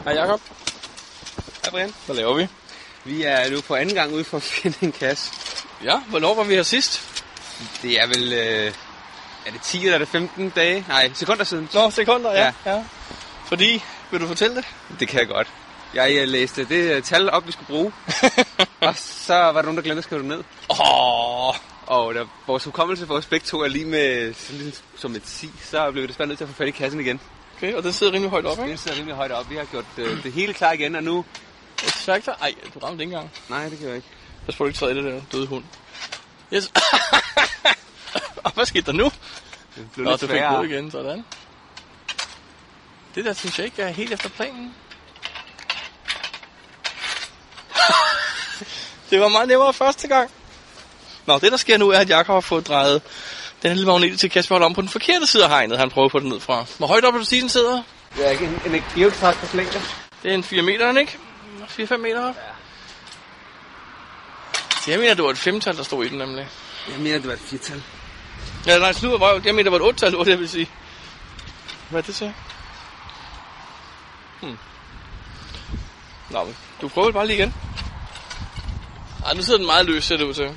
Hej Jacob. Hej Brian. Hvad laver vi? Vi er nu på anden gang ude for at finde en kasse. Ja, hvornår var vi her sidst? Det er vel... er det 10 eller er det 15 dage? Nej, sekunder siden. Nå, sekunder, ja. Fordi, vil du fortælle det? Det kan jeg godt. Jeg læste det tal op, vi skulle bruge. Og så var der nogen, der glemte at skrive det ned. Og da vores hukommelse for os begge to er lige med sådan som et 10, så blev det desværre nødt til at få fat i kassen igen. Okay, og den sidder rimelig højt op, ikke? Den sidder rimelig højt op. Vi har gjort det hele klar igen, og nu... Extractor? Ej, du ramte ikke engang. Nej, det kan jeg ikke. Pas på, du ikke træder i det der døde hund. Yes. Og hvad skete der nu? Nå, du fik blod igen, sådan. Det der synes jeg ikke er helt efter planen. Det var meget nemmere første gang. Nå, det der sker nu er, at Jacob har fået drejet den lille magnet til Kasper om på den forkerte side af hegnet. Han prøver på den ned fra. Hvor højt op vil du sige, den sidder? Det er ikke en geotrakt længde. Det er en 4 meter, ikke? 4-5 meter op. Ja. Jeg mener, det var et 5-tal, der stod i den, nemlig. Jeg mener, det var et 4-tal. Ja, nej, slut var jeg mener, det var et 8-tal, det vil sige. Hvad er det så? Nå, men du prøver bare lige igen. Ej, nu sidder den meget løs, ser det ud til.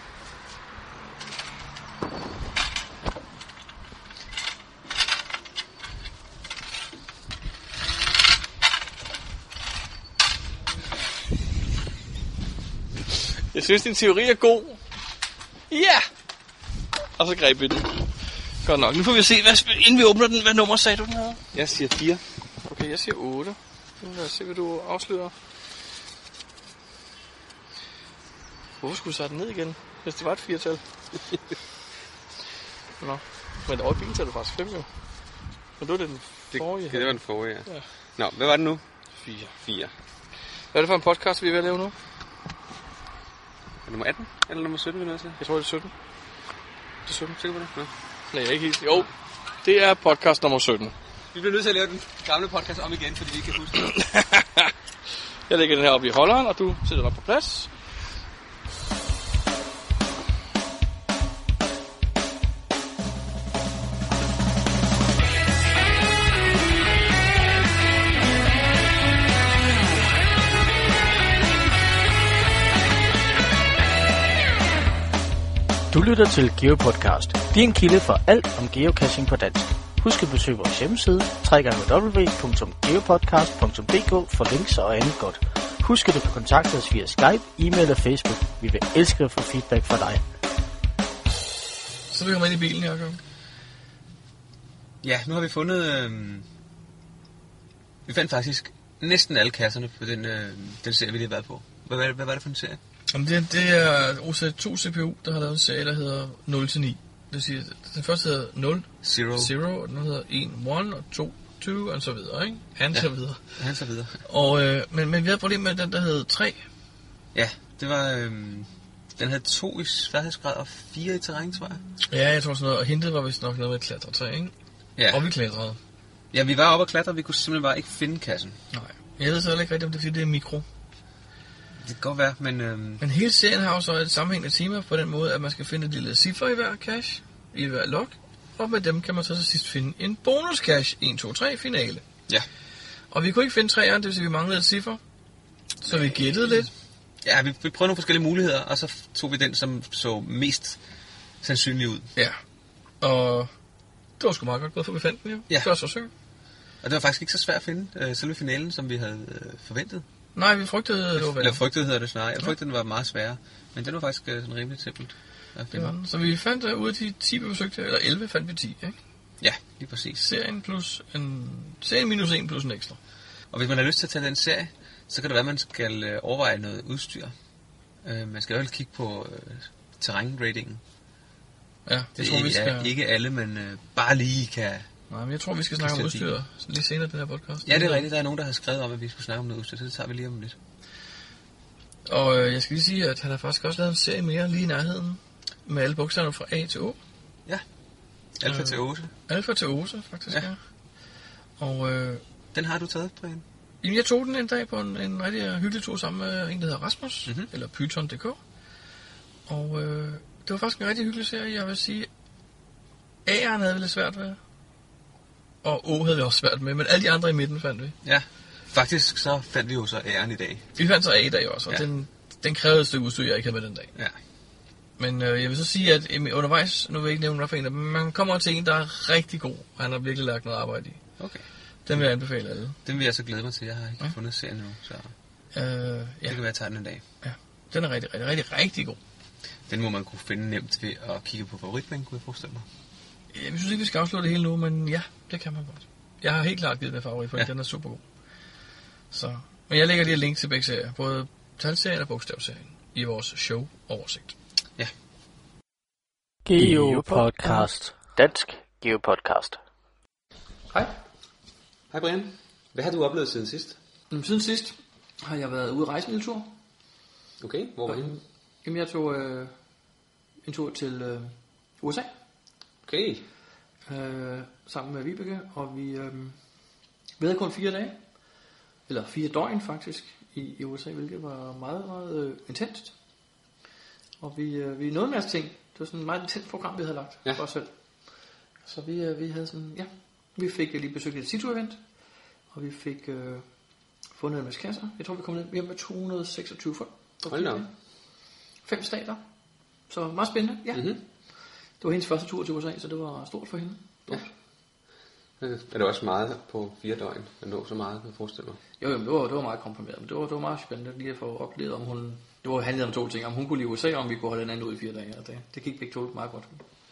Jeg synes, din teori er god. Ja! Yeah! Og så greb vi den. Godt nok. Nu får vi se, inden vi åbner den, hvad nummer sagde du den her? Jeg siger 4. Okay, jeg siger 8. Nu lad os se, hvad du afslører. Hvorfor skulle du sætte den ned igen, hvis det var et 4-tal? Nå, men det var et biltal, det faktisk 5 jo. Men det var den forrige. Det var den forrige, ja. Nå, hvad var det nu? 4. Hvad er det for en podcast, vi er ved at lave nu? Er nummer 18 eller nummer 17, vil jeg sige? Jeg tror, det er 17. Det er 17, sikker på det? Nej, ikke helt. Jo, det er podcast nummer 17. Vi bliver nødt til at lave den gamle podcast om igen, fordi vi ikke kan huske det. Jeg lægger den her op i holderen, og du sætter den op på plads. Du lytter til GeoPodcast, din kilde for alt om geocaching på dansk. Husk at besøge vores hjemmeside, www.geopodcast.dk for links og andet godt. Husk at du kan kontakte os via Skype, e-mail og Facebook. Vi vil elske at få feedback fra dig. Så vi kommer ind i bilen, Jacob. Ja, nu har vi fundet... Vi fandt faktisk næsten alle kasserne på den serie, vi lige har været på. Hvad var det for en serie? Jamen det er OZ2 CPU, der har lavet en serie, der hedder 0-9. Det vil sige, den første hedder 0, 0, og den hedder 1, 1, og 2, 2, og så videre, ikke? Så videre. Og, men vi havde problem med den, der hed 3. Ja, det var... den havde 2 i sværhedsgrad og 4 i terræn, tror jeg. Ja, jeg tror sådan noget, og hintet var vist nok noget med klatretræ, ikke? Ja. Og vi klatrede. Ja, vi var oppe og klatre, vi kunne simpelthen bare ikke finde kassen. Nej, jeg ved så ikke rigtigt, om det er fordi, det er mikro. Det kan godt være, men... Men hele serien har jo så et sammenhængende tema på den måde, at man skal finde et lille ciffer i hver cache, i hver log, og med dem kan man så til sidst finde en bonus cache, 1, 2, 3 finale. Ja. Og vi kunne ikke finde 3'eren, det vil sige, vi manglede et ciffer, så vi gættede lidt. Ja, vi prøvede nogle forskellige muligheder, og så tog vi den, som så mest sandsynlig ud. Ja, og det var sgu meget godt, for vi fandt den jo. Ja. Det var så søgt. Og det var faktisk ikke så svært at finde selve finalen, som vi havde forventet. Nej, vi frygtede det var Eller frygtede hedder det snarere. Jeg frygtede, den var meget sværere. Men den var faktisk sådan rimelig simpelt at finde. Så vi fandt ud af de 10 vi forsøgte, eller 11 fandt vi 10, ikke? Ja, lige præcis. Serien minus 1 plus en ekstra. Og hvis man har lyst til at tage den serie, så kan det være, at man skal overveje noget udstyr. Man skal jo kigge på terrænratingen. Ja, det tror vi skal... ikke alle, men bare lige kan... Nej, men jeg tror, vi skal snakke om udstyr lige senere i den her podcast. Ja, det er rigtigt. Der er nogen, der har skrevet om, at vi skulle snakke om noget udstyr, så det tager vi lige om lidt. Og jeg skal lige sige, at han har faktisk også lavet en serie mere lige i nærheden, med alle bogstaverne fra A til O. Ja, Alfa til Ose. Alfa til Ose, faktisk, ja. Og den har du taget, Brian? Jamen, jeg tog den en dag på en rigtig hyggelig tur sammen med en, der hedder Rasmus, eller Python.dk. Og det var faktisk en rigtig hyggelig serie, jeg vil sige. A'eren havde vi lidt svært ved, og O havde vi også svært med, men alle de andre i midten fandt vi. Ja, Faktisk så fandt vi jo så æren i dag. Vi fandt så A i dag også, og den krævede et stykke udstyr, jeg ikke havde med den dag. Ja. Men jeg vil så sige, at undervejs, nu vil jeg ikke nævne, hvad for en, men man kommer til en, der er rigtig god, og han har virkelig lagt noget arbejde i. Okay. Den vil jeg anbefale alle. Den vil jeg så glæde mig til. Jeg har ikke fundet serien nu, så det kan være, at jeg tager den en dag. Ja, den er rigtig god. Den må man kunne finde nemt ved at kigge på favoritbænk, kunne jeg forestille mig. Jeg synes ikke, vi skal afsløre det hele nu, men ja, det kan man godt. Jeg har helt klart givet den favorit, for den er super god. Så, men jeg lægger lige et link til begge serier, både talserien og bogstavserien, i vores show-oversigt. Ja. GeoPodcast. Dansk GeoPodcast. Hej. Hej Brian. Hvad har du oplevet siden sidst? Siden sidst har jeg været ude at rejse en lille tur. Okay, hvor var I? Jamen jeg tog en tur til USA. Okay. Sammen med Vibeke, og vi havde kun 4 dage. Eller 4 døgn faktisk i USA, hvilket var meget, meget intenst. Og vi nåede en masse ting. Det var sådan et meget intens program, vi havde lagt for os selv. Så vi havde sådan, vi fik lige besøgt et situ-event, og vi fik fundet en masse kasser. Jeg tror, vi kom hjem med 226 folk. Hold da. 5 stater. Så meget spændende, ja. Mm-hmm. Det var hendes første tur til USA, så det var stort for hende. Stort. Ja. Er det også meget på 4 døgn? At nå så meget, kan jeg forestille mig? Jo, det var meget komprimeret, men det var meget spændende lige at få oplevet, om hun... Det var handlet om 2 ting, om hun kunne lide USA, og om vi kunne holde hinanden ud i 4 dage. Og det gik begge to meget godt.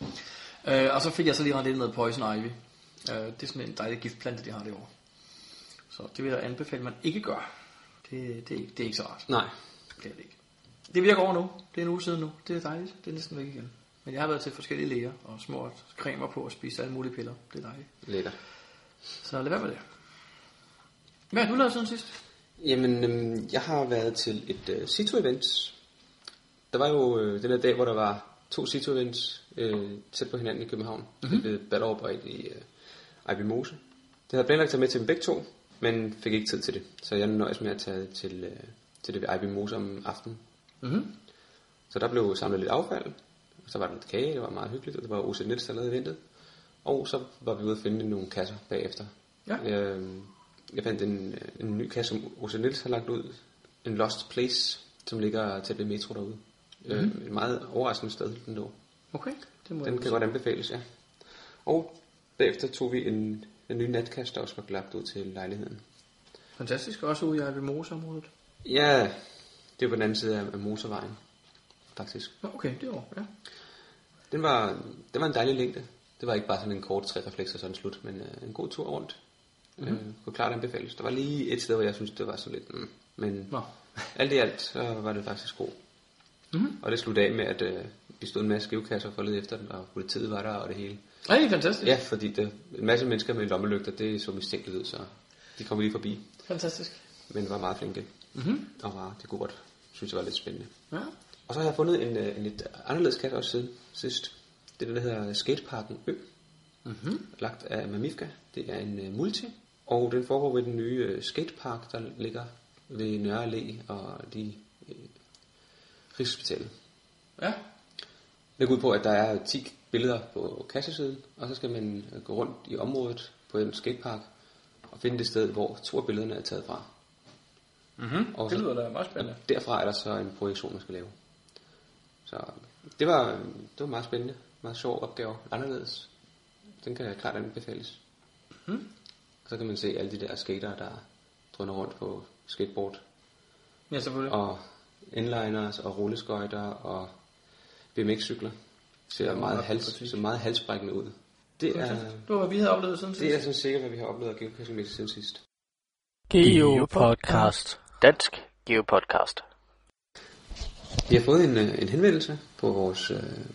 Og så fik jeg så lige rendt lidt med Poison Ivy. Det er sådan en dejlig giftplante, de har det år. Så det vil jeg anbefale, at man ikke gør. Det er ikke så rart. Nej. Det er det ikke. Det virker over nu. Det er en uge siden nu. Det er dejligt. Det er næsten væk igen. Men jeg har været til forskellige læger og små cremer på og spist alle mulige piller. Det er dejligt. Lækker. Så lad være med det. Hvad har du lavet siden sidst? Jamen, jeg har været til et situ-event. Der var jo den her dag, hvor der var 2 situ-events tæt på hinanden i København. Det blev batteroverbredt i Ejby Mose. Det havde planlagt at tage med til dem begge 2, men fik ikke tid til det. Så jeg nøjes med at tage til det ved Ejby Mose om aftenen. Mm-hmm. Så der blev samlet lidt affald. Så var der lidt kage, det var meget hyggeligt, og det var O.C. Niels, der lavede eventet. Og så var vi ude at finde nogle kasser bagefter. Ja. Jeg fandt en ny kasse, som O.C. Niels har lagt ud. En Lost Place, som ligger tæt ved metro derude. Et meget overraskende sted, den lå. Okay. Den kan godt anbefales, ja. Og bagefter tog vi en ny natkasse, der også var lagt ud til lejligheden. Fantastisk. Også ude i Ejby Mose-området. Ja, det er på den anden side af motorvejen, faktisk. Okay, det var, ja. Den var en dejlig længde. Det var ikke bare sådan en kort trærefleks og sådan slut, men en god tur rundt. Kunne klart anbefales. Der var lige et sted, hvor jeg synes det var så lidt, men alt i alt, så var det faktisk god. Mm-hmm. Og det sluttede af med, at vi stod en masse geokasser for at lede efter den, og politiet var der og det hele. Ej, det er fantastisk. Ja, fordi en masse mennesker med lommelygter, det så mistænkeligt ud, så de kom lige forbi. Fantastisk. Men var meget flinke. Og det kunne godt, synes jeg var lidt spændende. Ja. Og så har jeg fundet en lidt anderledes kasse også siden sidst. Det er det, der hedder Skateparken Ø. Lagt af Mamifka. Det er en multi. Og den foregår ved den nye skatepark, der ligger ved Nørre Allé og Rigshospitalet. Ja. Det går ud på, at der er 10 billeder på kassesiden, og så skal man gå rundt i området på en skatepark og finde det sted, hvor 2 af billederne er taget fra. Og det lyder da meget spændende. Derfra er der så en projektion, man skal lave. Så det var meget spændende. Meget sjov opgave. Anderledes. Den kan klart anbefales. Og så kan man se alle de der skater, der drøner rundt på skateboard. Ja, selvfølgelig. Og inliners og rulleskøjter og BMX-cykler. Ser meget halsbrækkende ud. Det var, hvad vi havde oplevet siden sidst. Det er sådan sikkert, hvad vi har oplevet af geocaching siden sidst. GeoPodcast. Dansk GeoPodcast. Vi har fået en henvendelse på vores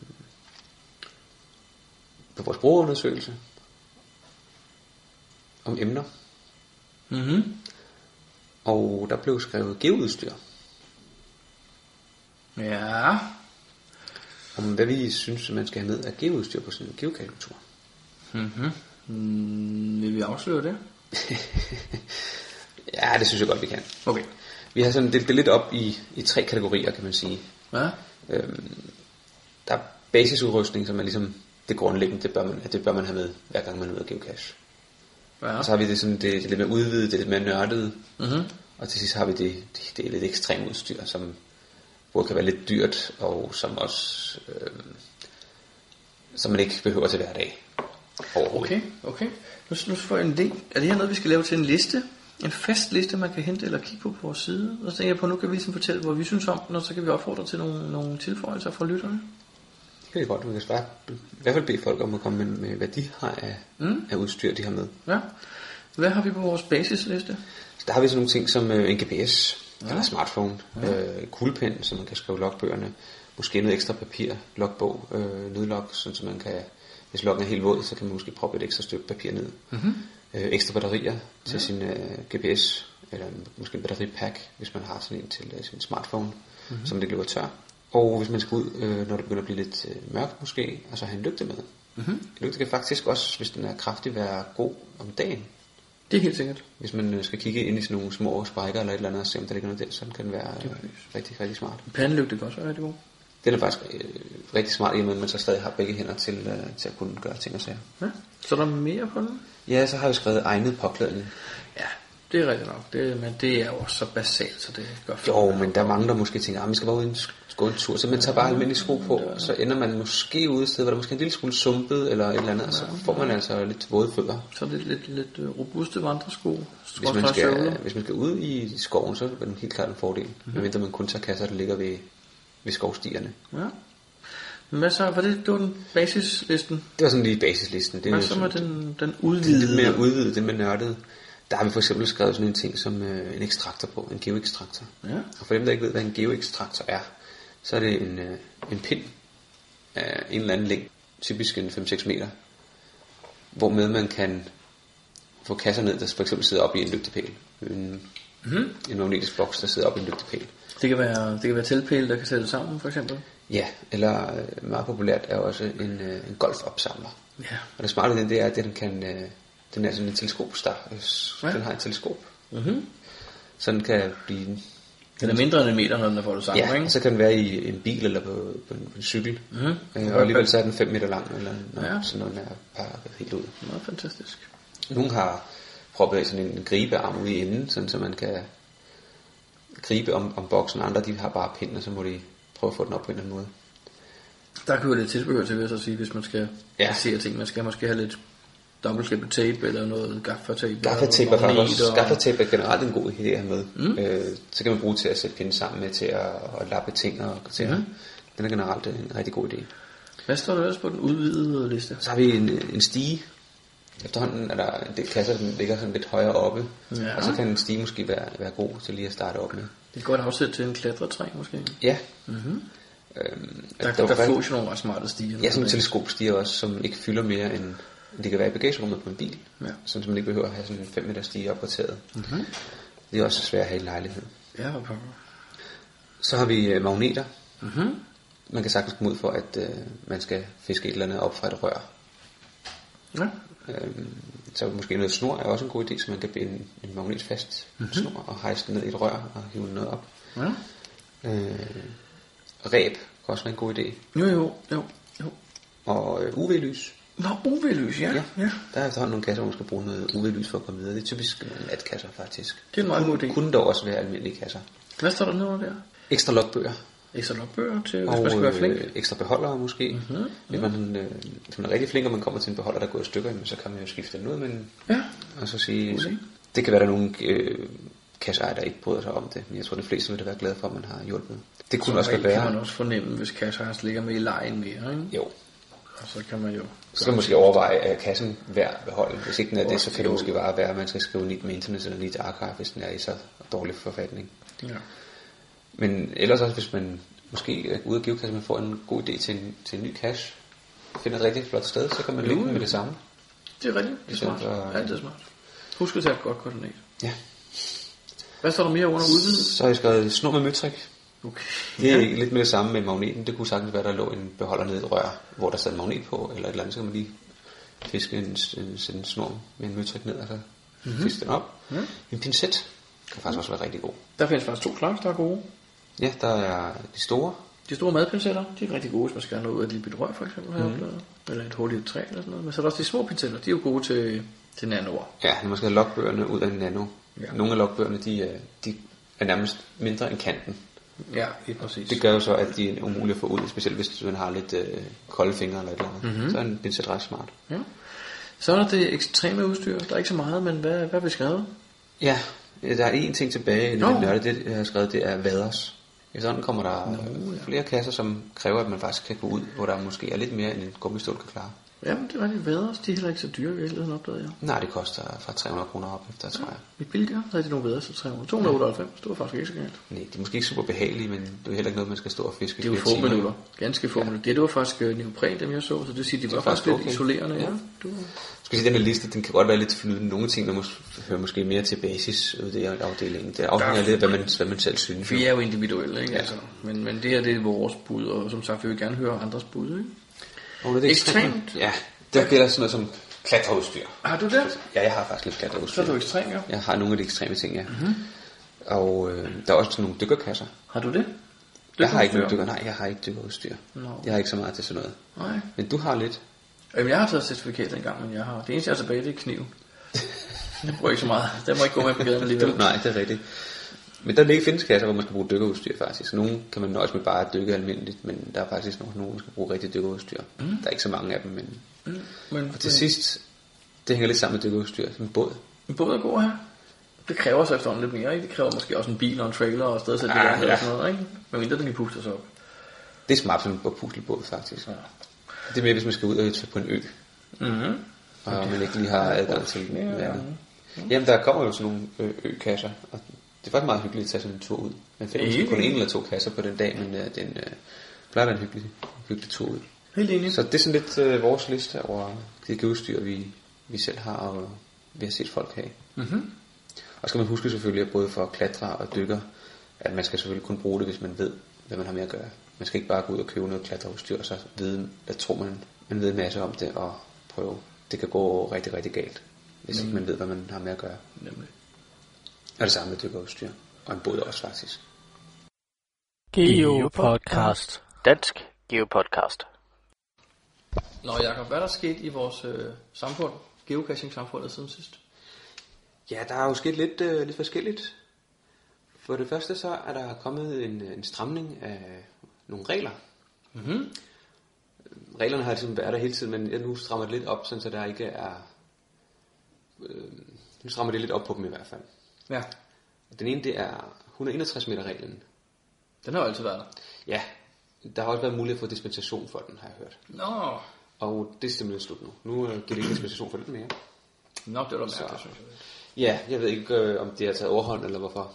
brugerundersøgelse om emner. Og der blev skrevet geoudstyr. Ja. Om hvad vi synes, man skal have med af geoudstyr på sådan en geocaching-tur. Vil vi afsløre det? Ja, det synes jeg godt, vi kan. Okay. Vi har sådan delt det lidt op i 3 kategorier, kan man sige. Ja. Der er basisudrustning, som er ligesom det grundlæggende, det bør man have med, hver gang man er ude at geocache. Ja. Og så har vi det sådan det lidt mere udvidet, det lidt mere nørdede. Og til sidst har vi det lidt ekstrem udstyr, som både kan være lidt dyrt, og som også som man ikke behøver til hver dag. Okay. Nu får jeg en link. Er det her noget, vi skal lave til en liste? En fast liste, man kan hente eller kigge på vores side? Og så tænker jeg på, nu kan vi ligesom fortælle, hvad vi synes om den, og så kan vi opfordre til nogle tilføjelser fra lytterne. Det er godt, vi kan i hvert fald bede folk om at komme med hvad de har af udstyr, de har med. Ja. Hvad har vi på vores basisliste? Der har vi sådan nogle ting som en GPS, eller smartphone, kuglepen, så man kan skrive logbøgerne, måske noget ekstra papir, logbog, nødlog, sådan så man kan, hvis loggen er helt våd, så kan man måske proppe et ekstra stykke papir ned. Ekstra batterier til sin GPS, eller måske en batteripack, hvis man har sådan en til sin smartphone, som det løber tør. Og hvis man skal ud, når det begynder at blive lidt mørkt måske, og så have en lygte med. Lygte kan faktisk også, hvis den er kraftig, være god om dagen. Det er helt sikkert. Hvis man skal kigge ind i sådan nogle små sprækker eller et eller andet, og se om der ligger noget der, så kan den være rigtig, rigtig smart. Pandelygte kan også være rigtig god. Den er faktisk rigtig smart, i og med at man så stadig har begge hænder til at kunne gøre ting og sager. Ja. Så er der mere på den? Ja, så har vi skrevet egnet påklædning. Ja, det er rigtigt nok. Men det er jo også så basalt, så det gør for. Jo, men der er mange, der måske tænker, at vi skal bare ud gå en tur, så man tager bare almindelige sko på, og så ender man måske ude et sted, hvor der måske er en lille smule sumpet, eller et eller andet, og så får man altså lidt våde fødder. Så er det lidt robuste vandresko. Hvis man skal ud i skoven, så er det helt klart en fordel, medmindre man kun tager kasser, der ligger ved skovstierne. Ja. Hvad så? Var det den basislisten? Det var sådan lige basislisten. Det hvad så med den udvidede? Det lidt mere udvidet, det med nørdet. Der har vi for eksempel skrevet sådan en ting som en ekstraktor på, en geoekstraktor. Ja. Og for dem, der ikke ved, hvad en geoekstraktor er, så er det en pind af en eller anden længde, typisk en 5-6 meter, hvormed man kan få kasser ned, der for eksempel sidder op i en lygtepæl. En magnetisk boks, der sidder op i en lygtepæl. Det kan være teltpæle, der kan sættes sammen, for eksempel? Ja, eller meget populært er også en golfopsamler. Ja. Og det smarte ved det er, at den er sådan en teleskopstar. Den har et teleskop. Så den kan blive... Den er mindre end en meter, når den er fået sammen, ja, ikke? og så kan den være i en bil eller på en cykel. Og alligevel så er den 5 meter lang, eller sådan noget, er bare helt ud. Det er fantastisk. Nogle har proppet sådan en gribearm ude i enden, sådan så man kan gribe om boksen. Andre de har bare pinden, og så må de prøve at få den op på en eller anden måde. Der kan jo lidt tilbehør til, vil jeg så sige, hvis man skal placere ting. Man skal måske have lidt dobbeltskæbet tape eller noget gaffatape. Gaffatape er generelt en god idé at have med. Så kan man bruge til at sætte pinden sammen med til at lappe ting og kriterier. Den er generelt en rigtig god idé. Hvad står der ellers på den udvidede liste? Så har vi en stige. Efterhånden er der en del kasser, der ligger sådan lidt højere oppe. Ja. Og så kan en stige måske være god til lige at starte op med. Det kan godt afsætte til en klatretræ måske. Ja. Der fås jo nogle ret smarte stiger. Ja, sådan en teleskopstiger også, som ikke fylder mere end det kan være i bagagerummet på en bil. Ja. Sådan, så man ikke behøver at have sådan en 5 meter stige opgraderet. Det er også svært at have i lejlighed. Ja, hvor pokker. Så har vi magneter. Man kan sagtens komme ud for, at man skal fiske et eller andet op fra et rør. Ja. Så måske noget snor er også en god idé, så man kan binde en magnet fast snor og hejse den ned i et rør og hive den noget op. Ja. Ræb kan også være en god idé. Jo. Og UV-lys. Nå, UV-lys, ja. Der er efterhånden nogle kasser, hvor man skal bruge noget UV-lys for at komme videre. Det er typisk natkasser faktisk. Det er en meget god idé. Kunne dog også være almindelige kasser. Hvad står der nede der? Ekstra logbøger. Ekstra logbøger til, hvis man skal være flink. Ekstra beholdere måske. Hvis man er rigtig flink, og man kommer til en beholder, der går i stykker, så kan man jo skifte den ud. Men, og så sige, det kan være, der er nogle kasseejere, der ikke bryder sig om det. Men jeg tror, de fleste vil være glade for, at man har hjulpet. Det kunne også være. Det kan man også fornemme, hvis kasseejere ligger med i lejen mere, ikke? Jo. Og så kan man jo... Så kan man måske overveje, at kassen værd beholde. Hvis ikke den er det, så kan det måske bare være, at man skal skrive NIT maintenance eller NIT archive, hvis den er i så dårlig forfatning. Ja. Men ellers også, hvis man måske er ude af geocache, man får en god idé til en ny cache, finder et rigtig flot sted, så kan man lægge den med det samme. Det er rigtigt. Det er smart. Altid smart. Husk at tage et godt koordinat. Ja. Hvad står der mere under udvidet? Så har jeg skrevet snor med møtrik. Okay. Det er lidt med det samme med magneten. Det kunne sagtens være, der lå en beholder nede i et rør, hvor der sad en magnet på, eller et eller andet, så kan man lige fiske en snor med en møtrik ned, og så fiske den op. En pincet kan faktisk også være rigtig god. Der findes faktisk 2 slags, der er gode. Ja, der er de store. De store madpincetter, de er rigtig gode, hvis man skal have noget ud af et lille rør, for eksempel, eller et hul i et træ, eller sådan noget. Men så er der også de små pincetter, de er jo gode til til nanoer. Ja, når man skal have logbøgerne ud af en nano. Ja. Nogle af logbøgerne, de er nærmest mindre end kanten. Ja, helt præcis. Det gør jo så, at de er umulige at få ud, specielt hvis man har lidt kolde fingre eller et eller andet. Mm-hmm. Så er den set ret smart. Ja. Så er der det ekstreme udstyr. Der er ikke så meget, men hvad er beskrevet? Ja, der er én ting tilbage i det jeg har skrevet, det er vaders. I sådan kommer der flere kasser, som kræver, at man faktisk kan gå ud, hvor der måske er lidt mere, end en gummistål kan klare. Jamen, det var det vaders. De er heller ikke så dyre i virkeligheden, opdagede jeg. Nej, det koster fra 300 kroner op efter, tror jeg. I billigere, så er de nogle vaders til 300. 298, det var faktisk ikke så galt. Nej, de er måske ikke super behagelige, men det er heller ikke noget, man skal stå og fiske. Det er jo få minutter. Ganske få minutter. Det var faktisk neopren, dem jeg så det vil sige, de var faktisk lidt isolerende. Ja. Skal sige, den her liste, den kan godt være lidt flydende. Nogle ting, der hører måske mere til basisafdelingen. Det afhænger lidt af, hvad man selv synes. Vi er jo individuelle, ikke? Ja. Altså. Men det her, det er vores bud, og som sagt, vi vil gerne høre andres bud, ikke? Og det er ekstremt. Ja, der gælder sådan noget som klatreudstyr. Har du det? Ja, jeg har faktisk lidt klatreudstyr. Så er du ekstrem, ja? Jeg har nogle af de ekstreme ting, ja. Mm-hmm. Og der er også sådan nogle dykkerkasser. Har du det? Jeg har ikke jeg har ikke dykkerudstyr. No. Jeg har ikke så meget til sådan noget. Nej. Men du har lidt. Jamen, jeg har taget certifikat engang, men jeg har. Det eneste, jeg er tilbage, det er kniven. Det bruger ikke så meget. Det må ikke gå med på gaden alligevel. Nej, det er rigtigt. Men der ikke findes kasser, hvor man skal bruge dykkerudstyr faktisk. Nogle kan man nøjes med bare at dykke almindeligt, men der er faktisk nogle, der skal bruge rigtig dykkerudstyr. Der er ikke så mange af dem, men og til sidst, det hænger lidt sammen med dykkerudstyr, som en båd. En båd er god her. Det kræver så efterhånden lidt mere, ikke? Det kræver måske også en bil og en trailer og sted, så det og sådan noget, ikke? Men mindre den kan puste sig op. Det er smart som en puslebåd faktisk. Ja. Det er mere, hvis man skal ud og på en ø. Mm-hmm. Og man ikke lige har adgang til vandet. Jamen, der kommer jo sådan nogle økasser, og det er faktisk meget hyggeligt at tage sådan en tur ud. Man finder måske kun en eller to kasser på den dag, men den plejer at være en hyggelig tur ud. Helt enig. Så det er sådan lidt vores liste over det udstyr, vi selv har, og vi har set folk have. Mm-hmm. Og skal man huske selvfølgelig, at både for klatre og dykker, at man skal selvfølgelig kun bruge det, hvis man ved, hvad man har med at gøre. Man skal ikke bare gå ud og købe noget klatreudstyr, og så vide, at tror man ved en masse om det, og prøve. Det kan gå rigtig, rigtig galt, hvis ikke man ved, hvad man har med at gøre. Nemlig. Og det samme med dykkerudstyr. Og en båd også faktisk. Geopodcast. Dansk Geopodcast. Nå Jacob, hvad er der sket i vores samfund, geocaching-samfundet siden sidst? Ja, der er jo sket lidt forskelligt. For det første så er der kommet en stramning af nogle regler. Mm-hmm. Reglerne har ligesom været der hele tiden, men nu strammer det lidt op, så der ikke er... nu strammer det lidt op på dem i hvert fald. Ja. Den ene, det er 161 meter reglen. Den har jo altid været der. Ja, der har også været mulighed for dispensation for den, har jeg hørt. Nå. Og det er simpelthen slut nu. Nu giver det ikke dispensation for lidt mere. Nå, det var da mærkeligt, synes jeg. Ja, jeg ved ikke, om det har taget overhånd, eller hvorfor.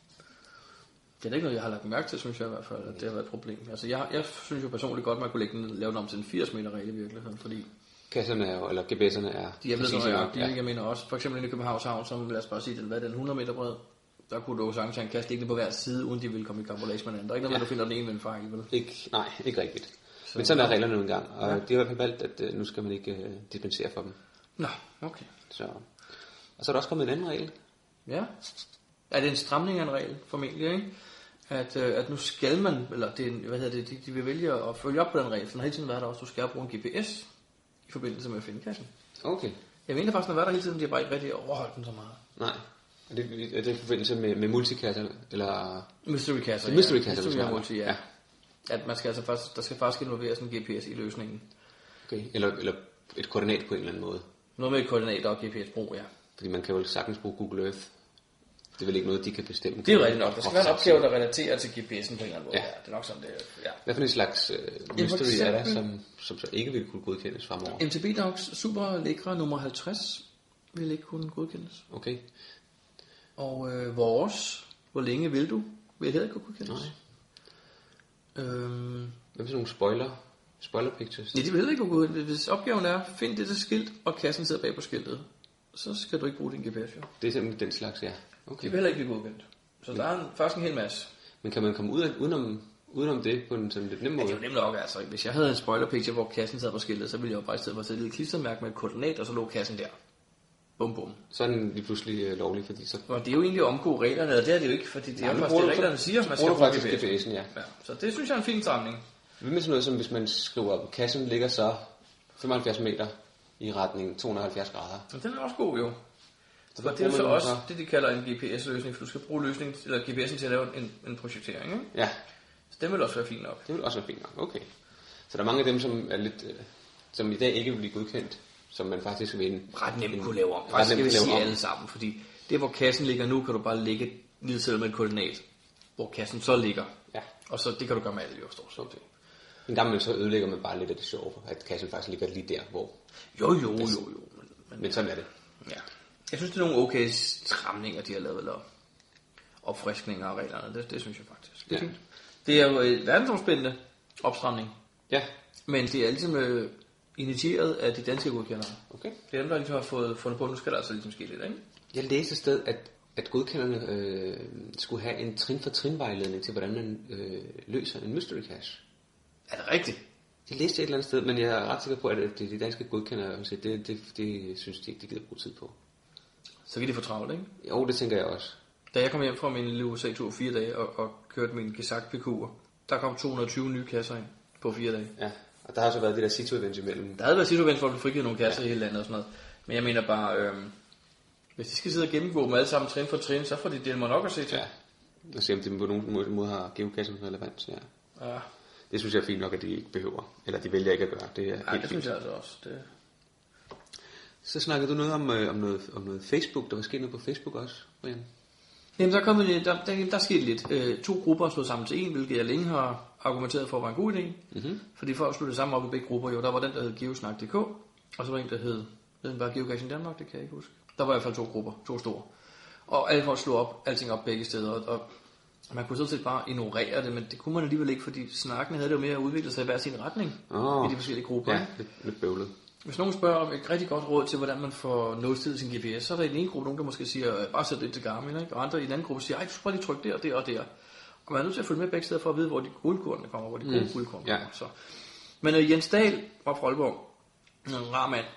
Det er ikke noget, jeg har lagt mærke til, synes jeg i hvert fald, at det har været et problem. Altså, jeg synes jo personligt godt, at man kunne lave den om til en 80 meter regel i virkeligheden, fordi... Kasserne er, eller GPS'erne er... De er blevet så jeg mener også. For eksempel i Københavns Havn, som lad os bare sige, den 100 meter bred, der kunne du sagtens have en kasse liggende på hver side, uden de ville komme i karambolage med den. Der er ikke noget, du finder den ene med en fejl, vel? Nej, ikke rigtigt. Men sådan er reglerne nu engang, og de har i hvert fald valgt, at nu skal man ikke dispensere for dem. Nå, okay. Så. Og så er der også kommet en anden regel. Ja. Er det en stramning af en regel, formentlig, ikke? At nu skal man, eller de vil vælge at følge op på den regel, for den har hele tiden været der også, du skal bruge en GPS i forbindelse med at finde kassen. Okay. Jeg mener faktisk, at den har været der hele tiden, de har bare ikke rigtig overholdt den så meget. Nej. Er det i forbindelse med multikasser, eller... Mystery-kasser, Mystery-kasser, ja. At man skal altså faktisk, der skal faktisk involveres en GPS i løsningen. Okay, eller et koordinat på en eller anden måde. Noget med et koordinat og GPS-brug, ja. Fordi man kan jo sagtens bruge Google Earth. Det er vel ikke noget, de kan bestemme. Det er jo rigtigt nok. Der skal være en opgave, der relaterer til GPS'en på en eller anden måde. Ja. Det er nok sådan, det er. Ja. Hvad for en slags mystery er der, som så ikke vil kunne godkendes fremover? MTB Dogs Super Legra nummer 50 vil ikke kunne godkendes. Okay. Og vores, hvor længe vil du, vil heller ikke kunne godkendes. Nej. Hvad for nogle spoiler pictures? Ja, de vil heller ikke kunne godkendes. Hvis opgaven er, find det skilt, og kassen sidder bag på skiltet, så skal du ikke bruge din GPS, jo. Det er simpelthen den slags, ja. Okay. Det vil heller ikke blive godkendt. Så der er faktisk en hel masse. Men kan man komme udenom det på en sådan lidt nem måde? Ja, det er jo nemt nok, altså. Hvis jeg havde en spoiler picture, hvor kassen sad på skiltet, så ville jeg jo bare i stedet for at sætte et lille klistermærke med et koordinat, og så lå kassen der. Bum bum. Så er den lige pludselig lovlig, fordi så... Og det er jo egentlig at omgå reglerne, og det er det jo ikke, fordi det er jo faktisk det, reglerne siger, at man skal bruge GPS'en, ja. Så det synes jeg er en fin samling. Hvad med sådan noget, som hvis man skriver op, kassen ligger så 75 meter i retning 270 grader. Og den er også god jo. Så det er så også det, de kalder en GPS-løsning, for du skal bruge GPS'en til at lave en projektering, ikke? Ja. Så det vil også være fint nok. Det vil også være fint nok, okay. Så der er mange af dem, som er lidt, som i dag ikke vil blive godkendt, som man faktisk vil ret nemt kunne lave om. Faktisk skal vi sige alle sammen, fordi det, hvor kassen ligger nu, kan du bare lægge et lille selv med et koordinat, hvor kassen så ligger. Ja. Og så det kan du gøre med alle, jo, stort set. Okay. Men der så ødelægger man bare lidt af det sjove, at kassen faktisk ligger lige der, hvor... Jo. Men sådan er det. Ja. Jeg synes, det er nogle okay stramninger, de har lavet, eller opfriskninger af reglerne. Det synes jeg faktisk. Det er fint. Det er jo et verdensomspændende opstramning. Ja. Men det er ligesom initieret af de danske godkendere. Okay. Det er dem, der ligesom har fundet på, nu skal der altså ligesom ske lidt, ikke? Jeg læste et sted, at godkenderne skulle have en trin-for-trin vejledning til, hvordan man løser en mystery cache. Er det rigtigt? Det læste jeg et eller andet sted, men jeg er ret sikker på, at de danske godkendere, det synes de ikke, de gider bruge tid på. Så kan de få travlt, ikke? Jo, det tænker jeg også. Da jeg kom hjem fra min lille USA-tur 4 dage og kørte min Gesak-PQ'er, der kom 220 nye kasser ind på 4 dage. Ja, og der har så været det der situ-events imellem. Der havde været situ-events, hvor du frigivet nogle kasser i hele landet og sådan noget. Men jeg mener bare, hvis de skal sidde og gennemgå dem alle sammen trin for trin, så får de det nok at se til. Ja, og se om de på nogen måde har geocachen relevans, ja. Det synes jeg er fint nok, at de ikke behøver. Eller de vælger ikke at gøre. Det er helt det synes jeg altså også. Det... Så snakkede du noget om noget Facebook. Der var sket noget på Facebook også, Brian. Jamen, der skete lidt. 2 grupper slået sammen til en, hvilket jeg længe har argumenteret for var en god idé. Mm-hmm. Fordi folk sluttede sammen op i begge grupper. Jo, der var den, der hed Geosnak.dk, og så var en, der hed bare Geocaching Danmark, det kan jeg ikke huske. Der var i hvert fald 2 grupper, 2 store. Og alle folk slog alting op begge steder, og man kunne sådan set bare ignorere det, men det kunne man alligevel ikke, fordi snakkene havde det jo mere udviklet sig i hver sin retning i de forskellige grupper. Ja, lidt bøvlet. Hvis nogen spørger om et rigtig godt råd til, hvordan man får nulstillet sin GPS, så er der i den ene gruppe nogen, der måske siger, bare sæt det til Garmin, ikke? Og andre i den anden gruppe siger, du skal bare lige trykke der og der og der. Og man er nødt til at følge med begge steder for at vide, hvor de guldkornene kommer, hvor de gode guldkorn kommer. Så. Men Jens Dahl fra Aalborg, en rar mand,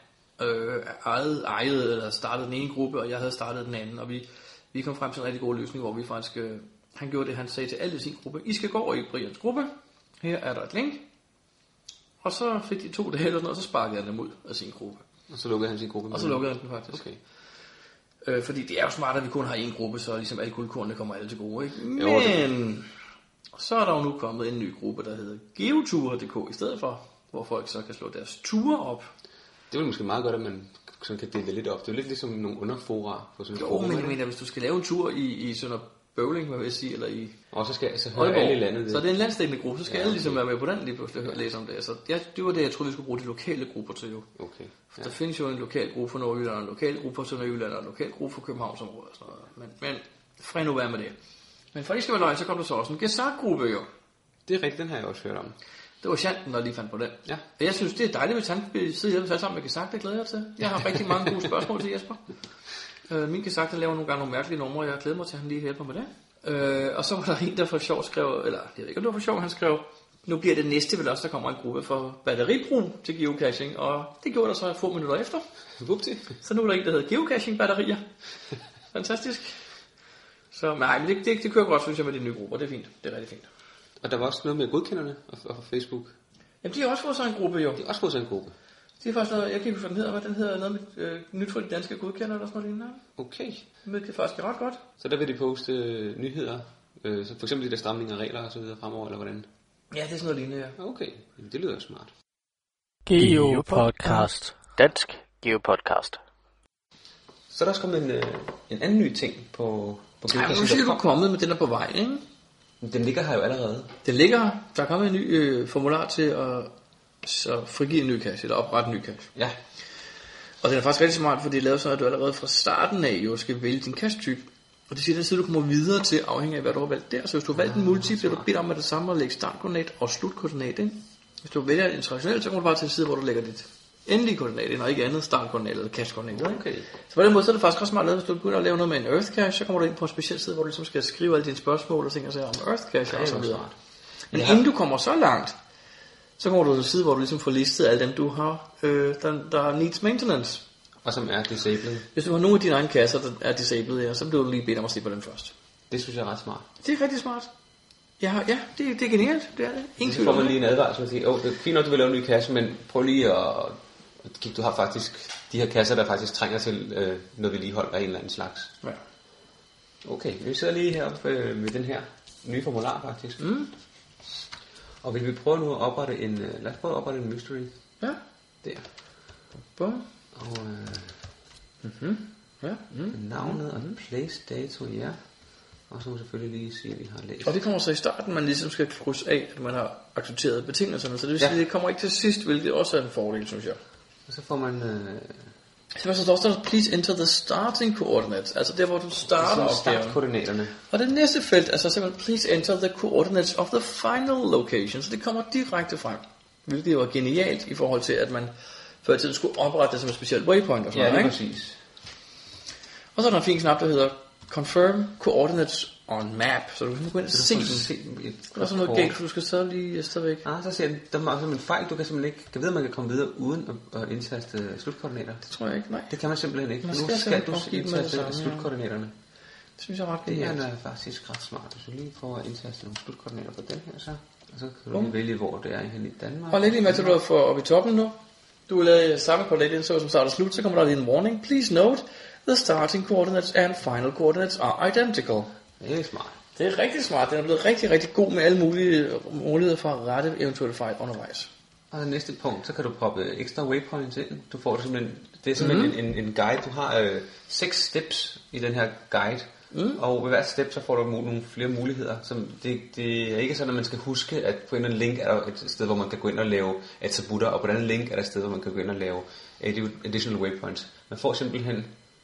ejede eller startede den ene gruppe, og jeg havde startet den anden, og vi kom frem til en rigtig god løsning, hvor vi faktisk, han gjorde det, han sagde til alle i sin gruppe, I skal gå over i Brians gruppe, her er der et link, og så fik de 2 dage eller sådan noget, og så sparkede han dem ud af sin gruppe. Og så lukkede han sin gruppe? Og så lukkede han den faktisk. Okay. Fordi det er jo smart, at vi kun har én gruppe, så ligesom alle guldkornene kommer alle til gode, ikke? Men så er der jo nu kommet en ny gruppe, der hedder geoture.dk i stedet for, hvor folk så kan slå deres ture op. Det vil måske meget godt, at man sådan kan dele det lidt op. Det er jo lidt ligesom nogle underfora på sådan en forum. Jo, men jeg mener, hvis du skal lave en tur i Sønder Bøvling, hvad vil jeg sige, eller i... Og så skal altså høre alle i landet det. Så det er en landsdækkende gruppe, så skal alle ligesom være med på den lige pludselig og læse om det. Så det var det, jeg troede, vi skulle bruge de lokale grupper til jo. Okay. For der findes jo en lokal gruppe for Nordjylland, og en lokal gruppe for Sønderjylland, og en lokal gruppe for Københavnsområdet og sådan noget. Men fred nu være med det. Men for at det skal være løgn, så kom der så også en Gesak-gruppe jo. Det er rigtigt, den har jeg også hørt om. Det var Shanten, der lige fandt på den. Ja. Og jeg synes, det er dejligt, hvis han vil sidde hjemme sammen med Gesak, det glæder jeg til. Jeg har rigtig mange gode spørgsmål til Jesper. Min Gesak, der laver nogle gange nogle mærkelige numre, jeg glæder mig til, at han lige hjælper med det. Og så var der en, der for sjov skrev, eller jeg ved ikke, om det var for sjov, han skrev, nu bliver det næste vel også, der kommer en gruppe for batteribrug til geocaching, og det gjorde der så få minutter efter. Så nu er der en, der hedder geocaching-batterier. Fantastisk. Så nej, men det kører godt, synes jeg, med de nye grupper, det er fint, det er rigtig fint. Og der var også noget med godkenderne og Facebook. Jamen, de har også fået sig en gruppe, jo. De har også fået sig en gruppe. Det er faktisk noget, jeg kan ikke huske, hvad den hedder. Hvad den hedder? Noget med nyt for de danske godkendere eller sådan noget lignende. Okay. Det er faktisk ret godt. Så der vil de poste nyheder, så for eksempel de der stramninger af regler og så videre fremover, eller hvordan? Ja, det er sådan noget lignende, ja. Okay, jamen, det lyder smart. Geopodcast. Dansk Geopodcast. Så er der også kommet en anden ny ting på geocaching. Ja, nu siger du kommet, men den er på vej, ikke? Den ligger her jo allerede. Den ligger her. Der er kommet en ny formular til at så frigive en ny cache, eller oprette en ny cache. Ja. Og det er faktisk rigtig smart, fordi det er lavet sådan, at du allerede fra starten af jo skal vælge din cache-type. Og det siger, at den side, du kommer videre til, afhængig af, hvad du har valgt der. Så hvis du har valgt en multi, bliver du bedt om med det samme at lægge startkoordinat og slutkoordinat ind. Hvis du vælger en traditionel, så kommer du bare til en side, hvor du lægger dit endelige koordinat ind, og ikke andet startkoordinat eller cache-koordinat. Okay. Så på den måde, så er det faktisk også smart lavet, hvis du begynder at lave noget med en Earth cache, så kommer du ind på en speciel side, hvor du ligesom skal skrive alle dine spørgsmål og ting og sager om Earth cache og så videre. Men inden du kommer så langt, så kommer du til en side, hvor du ligesom får listet alle dem, du har, der needs maintenance. Og som er disabled. Hvis du har nogle af dine egne kasser, der er disabled, ja, så bliver du lige bedt om at se på dem først. Det synes jeg er ret smart. Det er rigtig smart. Ja, det er genialt, det er det. Så får man lige en advarsel og sige, det er fint nok, du vil lave en ny kasse, men prøv lige at Du har faktisk de her kasser, der faktisk trænger til noget vedligehold af en eller anden slags. Ja. Okay, vi sidder lige heroppe med den her nye formular faktisk. Og vil vi prøve nu at oprette lad os prøve at oprette en mystery. Ja. Der. Bum. Og Ja. navnet og place dato, ja. Og så må vi selvfølgelig lige sige, at vi har læst. Og det kommer så i starten, man ligesom skal krydse af, at man har accepteret betingelserne. Så det vil sige, at det kommer ikke til sidst, hvilket også er en fordel, synes jeg. Og så får man... Så står der, please enter the starting coordinates. Altså der, hvor du starter opgaven. Startkoordinaterne. Og det næste felt er så simpelthen, please enter the coordinates of the final location. Så det kommer direkte frem. Hvilket jo er genialt i forhold til, at man før i tiden skulle oprette det som et specielt waypoint og sådan noget, ikke? Præcis. Og så er der en fin knap, der hedder Confirm Coordinates on Map. Så du kan gå ind og se den. Der er sådan noget galt, for du skal så lige stadigvæk. Så ser den, der er simpelthen en fejl. Du kan simpelthen ikke... Kan vide, at man kan komme videre uden at indtaste slutkoordinater? Det tror jeg ikke, nej. Det kan man simpelthen ikke. Nu skal du indtaste slutkoordinaterne. Det synes jeg er ret genialt. Det er faktisk ret smart. Hvis du lige prøver at indtaste nogle slutkoordinater på den her, så kan du lige vælge, hvor det er i Danmark. Og læg lige med til, du får op i toppen nu. Du vil lade samme koordinat, så som start og slut, så kommer der lige en warning. Please note, the starting coordinates and final coordinates are identical. Det er smart. Det er rigtig smart. Den er blevet rigtig, rigtig god med alle mulige muligheder for at rette eventuelle fejl undervejs. Og næste punkt, så kan du proppe ekstra waypoints ind. Du får det er simpelthen en guide. Du har 6 steps i den her guide. Og ved hvert step, så får du nogle flere muligheder. Som det er ikke sådan, at man skal huske, at på en eller anden link er der et sted, hvor man kan gå ind og lave attributter, og på den anden link er der et sted, hvor man kan gå ind og lave additional waypoints. Man får simpelthen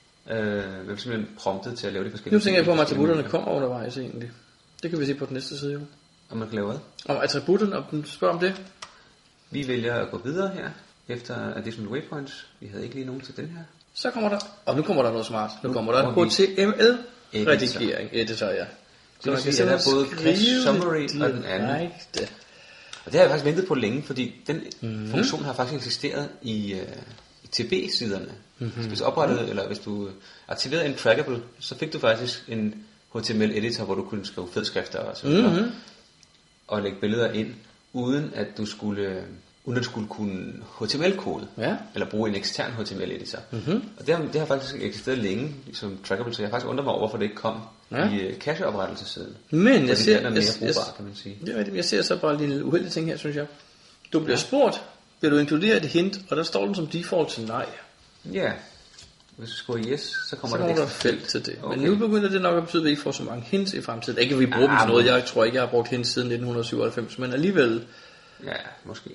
promptet til at lave de forskellige. Nu tænker jeg på, om attributterne kommer undervejs egentlig. Det kan vi se på den næste side jo. Om man kan lave hvad? Om attributterne, om den spørger om det. Vi vælger at gå videre her, efter additional waypoints. Vi havde ikke lige nogen til den her. Så kommer der, og nu kommer der noget smart. Nu kommer der en HTML-redigering, editor, ja. Så man kan sige, at der er både cache summary og den anden. Og det har jeg faktisk ventet på længe, fordi den funktion har faktisk eksisteret i TB-siderne. Hvis du aktiverede en trackable, så fik du faktisk en HTML-editor, hvor du kunne skrive fedskrifter og så videre, og lægge billeder ind, uden at du skulle kunne HTML-kode, eller bruge en ekstern HTML-editor. Og det har faktisk eksisteret længe som trackable, så jeg har faktisk undret mig over, hvorfor det ikke kom i cache-oprettelsessiden. Men jeg ser, den er mere brugbar, kan man sige. Jeg ser så bare lige en uheldig ting her, synes jeg. Du bliver spurgt, vil du inkludere et hint, og der står den som default til nej. Ja, hvis du skriver yes, så kommer der et felt til det. Okay. Men nu begynder det nok at betyde, at vi ikke får så mange hints i fremtiden. Ikke at vi bruger dem til noget, jeg tror ikke, jeg har brugt hints siden 1997, men alligevel. Ja, måske.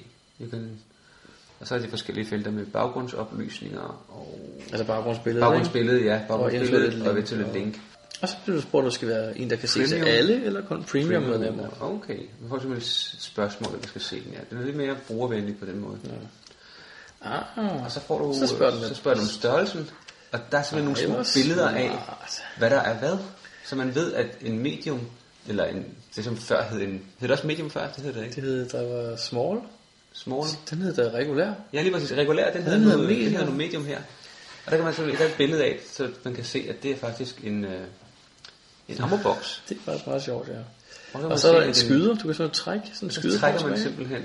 Og så er de forskellige felter med baggrundsoplysninger og... Altså baggrundsbilledet, baggrundsbilledet og eventuelt link. Og så bliver du spurgt, at der skal være en, der kan se til alle, eller kun premium-medlemmer. Okay, vi får simpelthen et spørgsmål, der skal se den. Ja. Den er lidt mere brugervenlig på den måde. Ja. Og så får du, så spørger du om størrelsen, og der er simpelthen nogle små billeder af, hvad der er hvad. Så man ved, at en medium, eller det som før hed det også medium før? Det hed det ikke? Det hed, der var small. Den hed der regulær. Ja, lige præcis. Regulær, den hedder noget medium her. Og der kan man så lægge et billede af, så man kan se, at det er faktisk en ammoboks. Det er faktisk meget sjovt, ja. Og så er der en skyder, du kan sådan trække sådan en skyder. Så trækker man simpelthen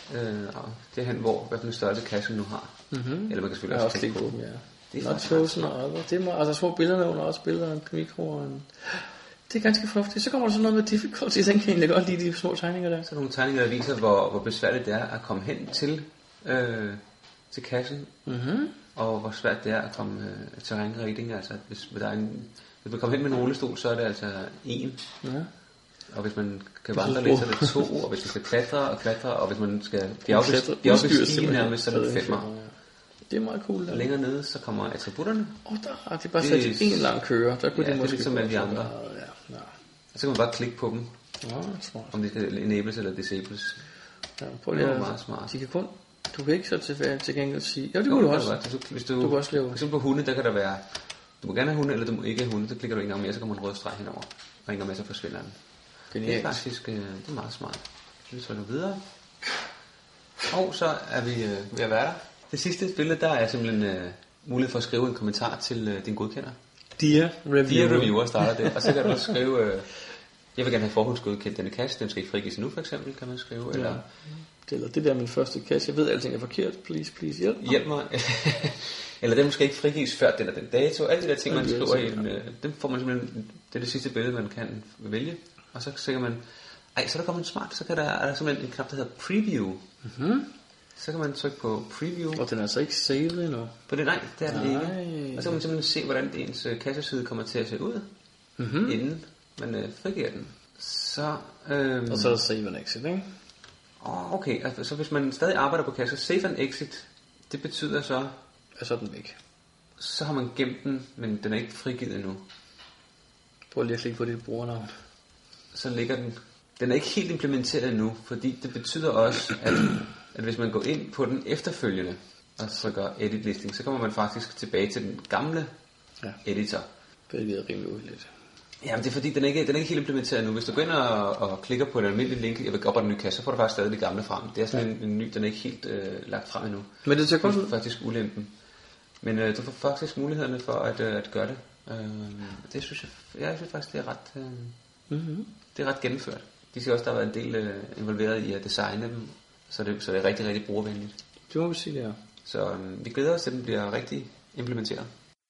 det hen, hvad for en størrelse kassen nu har. Eller man kan selvfølgelig også klikke på dem. Det er chosen og andre. Det er altså små billederne under også billeder af en mikro og en... Det er ganske fornuftigt. Så kommer der sådan noget med difficulty. Den kan egentlig godt lide de små tegninger der. Så nogle tegninger, der viser, hvor besværligt det er at komme hen til kassen. Og hvor svært det er at komme terrænrating. Altså, hvis man kommer hen med en rullestol, så er det altså 1. Og hvis man kan vandre lidt, så er det 2. Og hvis man skal klatre, og hvis man skal blive opbestige nærmest, så er det 5. Det er meget cool. Og længere nede, så kommer attributterne. Der har de bare sat en lang køre. Der kunne det er ligesom alle de andre. Og så kan man bare klikke på dem. Om de skal enables eller disables. Prøv lige at meget smart. De kan kun... Du kan ikke så til gengæld sige... Jo, det kunne du også. Hvis du kan også lave... For eksempel på hunde, der kan der være... Du må gerne have hunde, eller du må ikke have hunde. Så klikker du en gang mere, så kommer en rød streg henover. Og en gang mere, så forsvinder den. Genialt. Det er faktisk det er meget smart. Så vi trykker videre. Og så er vi ved at være der. Det sidste billede, der er simpelthen mulighed for at skrive en kommentar til din godkender. Dear Reviewer starter det. Og så kan du også skrive Jeg vil gerne have forhåndsgodkendt denne kasse, den skal ikke frigives endnu, for eksempel, kan man skrive. Eller det der er min første kasse, jeg ved, at alting er forkert, please hjælp mig. Hjælp mig. Eller den skal ikke frigives før den og den dato. Alle de der ting, man skriver i dem får man simpelthen, det er det sidste billede, man kan vælge. Og så sikker man, så der kommer en smart, så er der simpelthen en knap, der hedder Preview. Så kan man trykke på Preview. Og den er altså ikke saved endnu. På det, nej, det er den ikke. Og så kan man simpelthen se, hvordan ens kasseside kommer til at se ud, inden man frigiver den. Så, og så er der Save and Exit, ikke? Okay, altså så hvis man stadig arbejder på kasser, Save and Exit, det betyder så... Så er den væk. Så har man gemt den, men den er ikke frigivet endnu. Prøv lige at klikke på dit brugernavn. Så ligger den... Den er ikke helt implementeret endnu, fordi det betyder også, at hvis man går ind på den efterfølgende, og så gør edit listing, så kommer man faktisk tilbage til den gamle editor. Det er rimelig uheldigt. Jamen det er fordi, den er ikke helt implementeret nu. Hvis du går ind og klikker på den almindelige link, jeg vil gå op på den nye kasse, så får du faktisk stadig det gamle frem. Det er sådan en ny, den er ikke helt lagt frem endnu. Men det er faktisk ulempen. Men du får faktisk mulighederne for at gøre det. Det synes jeg synes faktisk, det er ret, det er ret gennemført. De siger også, der har været en del involveret i at designe dem, så det er rigtig, rigtig brugervenligt. Det må vi sige, ja. Så vi glæder os til, at den bliver rigtig implementeret.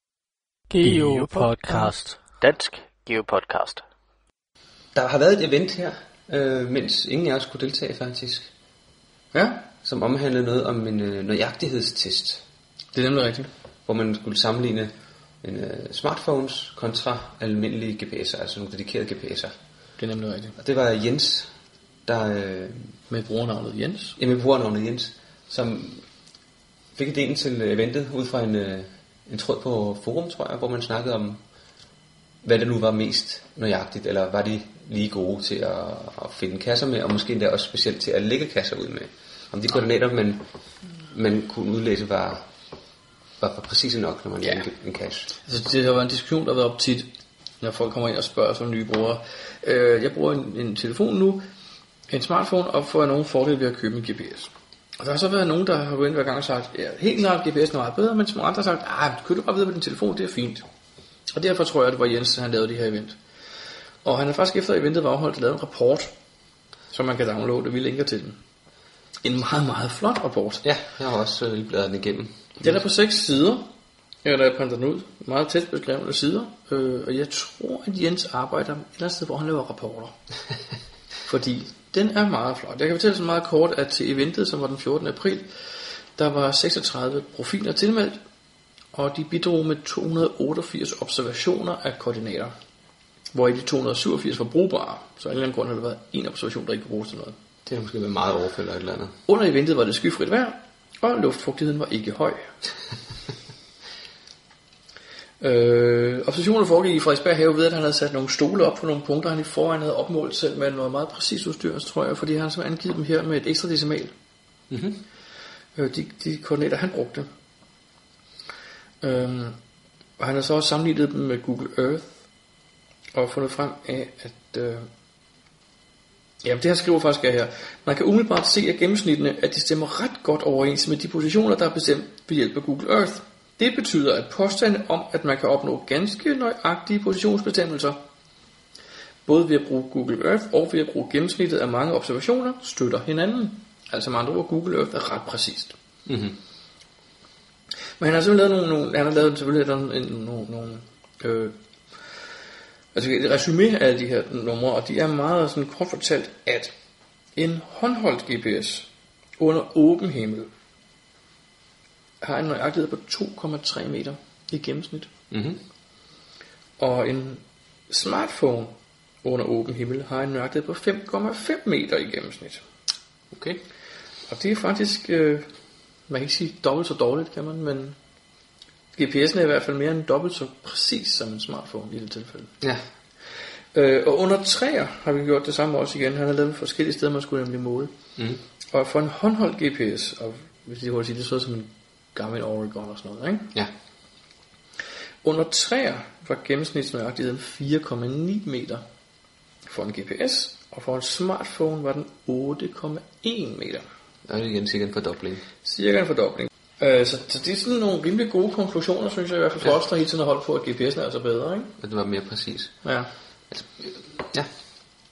GeoPodcast. Dansk GeoPodcast. Der har været et event her, mens ingen af os kunne deltage faktisk. Ja. Som omhandlede noget om en nøjagtighedstest. Det er nemlig rigtigt. Hvor man skulle sammenligne smartphones kontra almindelige GPS'er, altså nogle dedikerede GPS'er. Det er nemlig rigtigt. Og det var Jens, der... med brugernavnet Jens? Ja, med brugernavnet Jens, som fik idéen til eventet ud fra en tråd på forum, tror jeg, hvor man snakkede om, hvad det nu var mest nøjagtigt, eller var de lige gode til at finde kasser med, og måske endda også specielt til at lægge kasser ud med. Om de koordinater, man kunne udlæse, var præcise nok, når man lægger en kasse. Altså, det har været en diskussion, der har været op tit, når folk kommer ind og spørger som nye brugere. Jeg bruger en telefon nu, en smartphone, og får nogen fordel ved at købe en GPS. Og der har så været nogen, der har gået ind hver gang og sagt, ja, helt klart GPS er meget bedre, men som andre har sagt, køb du bare videre på din telefon, det er fint. Og derfor tror jeg, det var Jens, han lavede det her event. Og han har faktisk efter eventet var afholdt lavet en rapport, som man kan downloade, og vi linker til den. En meget, meget flot rapport. Ja, jeg har også lige bladret den igennem. Den er på 6 sider, da jeg printer den ud. Meget tæt beskrevne sider. Og jeg tror, at Jens arbejder et eller andet sted, hvor han laver rapporter. Fordi den er meget flot. Jeg kan fortælle så meget kort, at til eventet, som var den 14. april, der var 36 profiler tilmeldt, og de bidrog med 288 observationer af koordinater, hvor i de 287 var brugbare. Så af en eller anden grund har der været en observation, der ikke kunne bruges til noget. Det har måske været meget overfælder et eller andet. Under eventet var det skyfrit vejr, og luftfugtigheden var ikke høj. Observationerne foregik i Frederiksberg Have ved, at han havde sat nogle stole op på nogle punkter, han i forvejen havde opmålt selv med noget meget præcis udstyr, tror jeg, fordi han så angivet dem her med et ekstra decimal. De koordinater, han brugte. Og han har så også sammenlignet dem med Google Earth, og fundet frem af, at... det her skriver faktisk her. Man kan umiddelbart se af gennemsnittene, at de stemmer ret godt overens med de positioner, der er bestemt ved hjælp af Google Earth. Det betyder, at påstande om, at man kan opnå ganske nøjagtige positionsbestemmelser, både ved at bruge Google Earth og ved at bruge gennemsnittet af mange observationer, støtter hinanden. Altså med andre ord, Google Earth er ret præcist. Men han har selvfølgelig lavet et resumé af de her numre, og de er meget sådan kort fortalt, at en håndholdt GPS under åben himmel har en nøjagtighed på 2,3 meter i gennemsnit. Og en smartphone under åben himmel har en nøjagtighed på 5,5 meter i gennemsnit. Okay. Og det er faktisk, man kan ikke sige dobbelt så dårligt, kan man, men GPS'en er i hvert fald mere end dobbelt så præcis som en smartphone i det tilfælde. Ja. Og under træer har vi gjort det samme også igen. Han har lavet forskellige steder, man skulle nemlig måle. Og for en håndholdt GPS, og hvis det hurtigt sige, det så som en Garmin Oregon og sådan noget, ikke? Ja. Under træer var gennemsnitsnøjagtigheden 4,9 meter for en GPS, og for en smartphone var den 8,1 meter. Og det er igen cirka en fordobling. Cirka en fordobling. Så det er sådan nogle rimelig gode konklusioner, synes jeg i hvert fald for os, der hele tiden har holdt på, at GPS'en er altså bedre, ikke? At det var mere præcis. Ja. Altså, ja.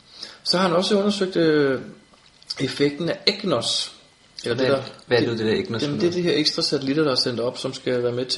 Så har han også undersøgt effekten af EGNOS. Eller hvad er det der EGNOS? Det er de her ekstra satellitter, der er sendt op, som skal være med til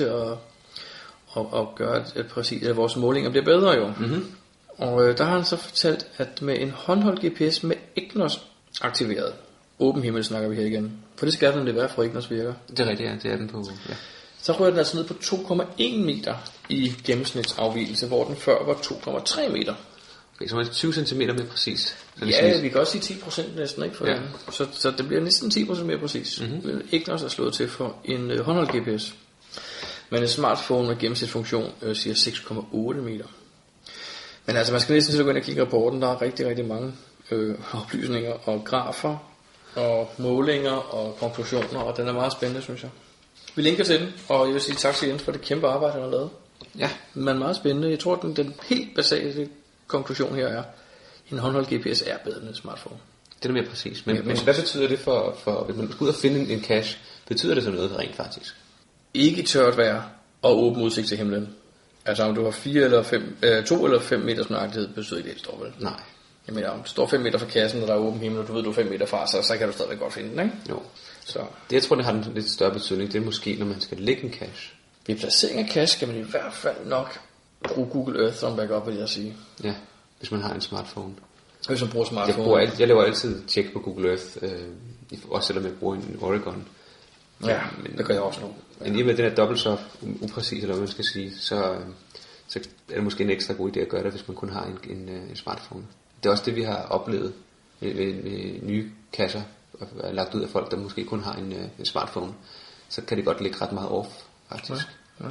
at gøre, at vores målinger bliver bedre jo. Mm-hmm. Og der har han så fortalt, at med en håndholdt GPS med EGNOS aktiveret, åben himmel snakker vi her igen, for det skal den være, for EGNOS virker. Det er rigtigt, ja, det er den på, ja. Så rører den altså ned på 2,1 meter i gennemsnitsafvigelse, hvor den før var 2,3 meter. Okay, så er det 20 cm mere præcis. Ja, vi kan også sige 10% næsten, ikke? For ja. Så det bliver næsten 10% mere præcis. Mm-hmm. EGNOS er slået til for en håndholdt GPS. Men en smartphone med gennemsnitsfunktion siger 6,8 meter. Men altså, man skal næsten til at gå ind og kigge i rapporten. Der er rigtig, rigtig mange oplysninger og grafer og målinger og konklusioner, og den er meget spændende, synes jeg. Vi linker til den, og jeg vil sige tak til Jens for det kæmpe arbejde, han har lavet. Ja. Men meget spændende. Jeg tror, den helt basale konklusion her er, en håndholdt GPS er bedre end en smartphone. Det er mere præcis. Men hvad betyder det for hvis man skal ud og finde en cache? Betyder det så noget rent faktisk? Ikke tørt vejr og åben udsigt til himlen. Altså om du har 2 eller 5 meters nøjagtighed, betyder ikke det, står vel? Nej. Jeg mener, om du står 5 meter fra kassen, og der er åben himmel, og du ved, du er 5 meter fra, så kan du stadigvæk godt finde den, ikke? Jo. Så. Det, jeg tror, det har en lidt større betydning, det er måske, når man skal lægge en cache. Ved placering af cache skal man i hvert fald nok bruge Google Earth som backup, vil jeg sige. Ja, hvis man har en smartphone. Hvis man bruger smartphone. Jeg laver altid tjek på Google Earth, også selvom jeg bruger en Oregon. Ja, men det gør jeg også nu. Men lige med den er dobbelt så upræcis, eller hvad man skal sige, så er det måske en ekstra god idé at gøre det, hvis man kun har en smartphone. Det er også det, vi har oplevet med nye kasser, lagt ud af folk, der måske kun har en smartphone. Så kan det godt ligge ret meget off, faktisk. Ja.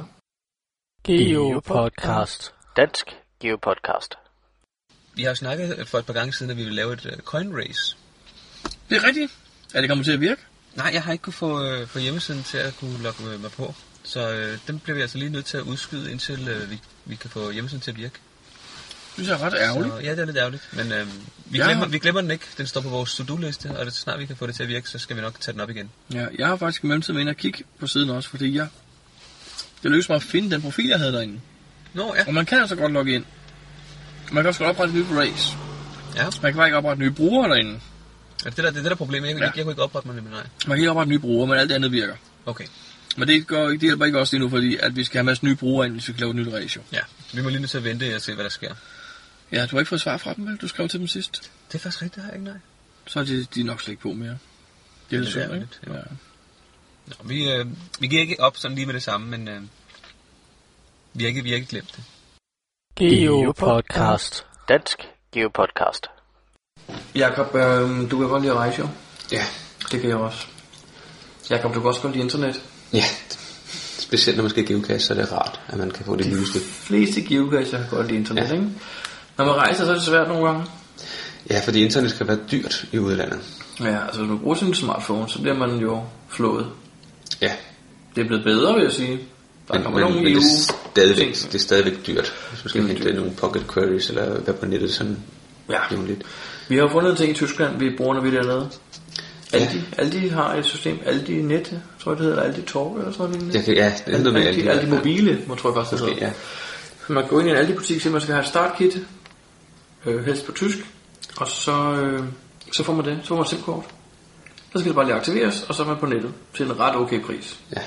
Geopodcast. Dansk Geopodcast. Vi har snakket for et par gange siden, at vi vil lave et coin race. Det er rigtigt. Er det kommet til at virke? Nej, jeg har ikke kunnet få hjemmesiden til at kunne logge mig på. Så den bliver vi altså lige nødt til at udskyde, indtil vi kan få hjemmesiden til at virke. Det synes jeg er ret ærgerligt. Så, ja, det er lidt ærgerligt. Men vi glemmer den ikke. Den står på vores to-do-liste, og så snart vi kan få det til at virke, så skal vi nok tage den op igen. Ja, jeg har faktisk i mellemtiden været inde og kigge på siden også, fordi det lykkedes mig at finde den profil, jeg havde derinde. Nå, ja. Og man kan altså godt logge ind. Man kan også godt oprette nye race. Ja. Man kan bare ikke oprette nye brugere derinde. Er det der problemet? Jeg kunne ikke oprette mig, men nej. Man kan ikke oprette nye brugere, men alt det andet virker. Okay. Men det hjælper ikke også lige nu, fordi at vi skal have en masse nye brugere ind, hvis vi kan lave et nyt race. Ja, vi må lige nødt til at vente og se, hvad der sker. Ja, du har ikke fået svar fra dem, vel? Du skrev til dem sidst. Det er faktisk rigtigt, det har jeg ikke, nej. Så er de nok slet ikke på mere. Det er lidt synd, ikke? Ja. Nå, vi giver ikke op sådan lige med det samme, men vi har ikke glemt det. Geopodcast. Dansk Geopodcast. Jakob, du kan godt lide at rejse, jo? Ja. Det kan jeg også. Jakob, du kan også godt lide internet? Ja, specielt når man skal geocache, så er det rart, at man kan få det nyeste. De fleste geocacher kan godt lide internet, ikke? Når man rejser, så er det svært nogle gange. Ja, fordi internet skal være dyrt i udlandet. Ja, altså hvis man bruger sin smartphone, så bliver man jo flået. Ja. Det er blevet bedre, vil jeg sige. Men det er stadigvæk dyrt. Hvis man skal hente nogle pocket queries, eller hvad på nettet sådan. Ja. Jævnligt. Vi har jo fundet en ting i Tyskland, vi bruger, når vi er dernede. Aldi har et system, Aldi Net, tror jeg det hedder, Aldi Torg eller sådan noget. Ja, det er noget med Aldi. Aldi Mobile, tror jeg faktisk det hedder. Ja. Man går ind i en Aldi-butik, så man skal have et startkit, helst på tysk, og så får man det. Så får man SIM-kort. Så skal det bare lige aktiveres, og så er man på nettet til en ret okay pris. Ja.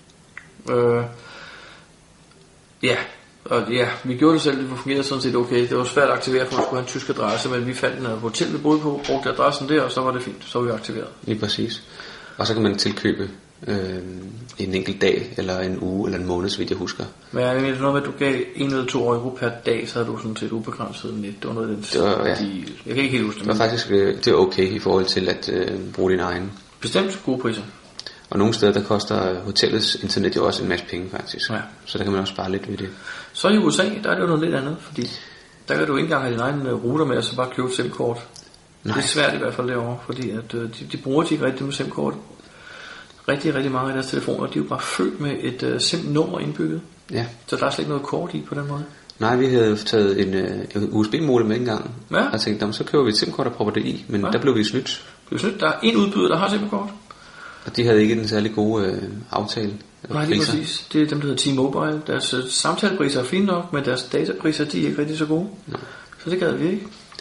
Vi gjorde det selv, det fungerede sådan set okay. Det var svært at aktivere, for man skulle have en tysk adresse, men vi fandt en hotel, vi boede på, brugte adressen der, og så var det fint. Så var vi aktiveret. Lige præcis. Og så kan man tilkøbe en enkelt dag, eller en uge, eller en måned, så vidt jeg husker. Men jeg mener noget med, at du gav 1 eller 2 euro per dag, så havde du sådan set ubegrænset net. Det var noget af den. Det var, ja. Jeg kan ikke helt huske det. Det var faktisk det var okay i forhold til at bruge din egen. Bestemt gode priser. Og nogle steder, der koster hotellets internet jo også en masse penge, faktisk. Ja. Så der kan man også spare lidt ved det. Så i USA, der er det jo noget lidt andet, fordi der kan du ikke engang have din egen router med, og så bare købe et SIM-kort. Nej. Det er svært i hvert fald derovre, fordi at, de bruger de ikke rigtig med SIM-kort. Rigtig, rigtig mange af deres telefoner, de er jo bare født med et SIM-nummer indbygget. Ja. Så der er slet ikke noget kort i på den måde. Nej, vi havde taget en USB-modem med engang. Ja. Og tænkte, så køber vi et SIM-kort og propper det i, men der blev vi snydt. Der er en udbyder, der har SIM-kort. Og de havde ikke en særlig god aftale. Nej, det er præcis. Det er dem, der hedder T-Mobile. Deres samtalepriser er fine nok, men deres datapriser, de er ikke rigtig så gode. Nej. Så det gad vi ikke.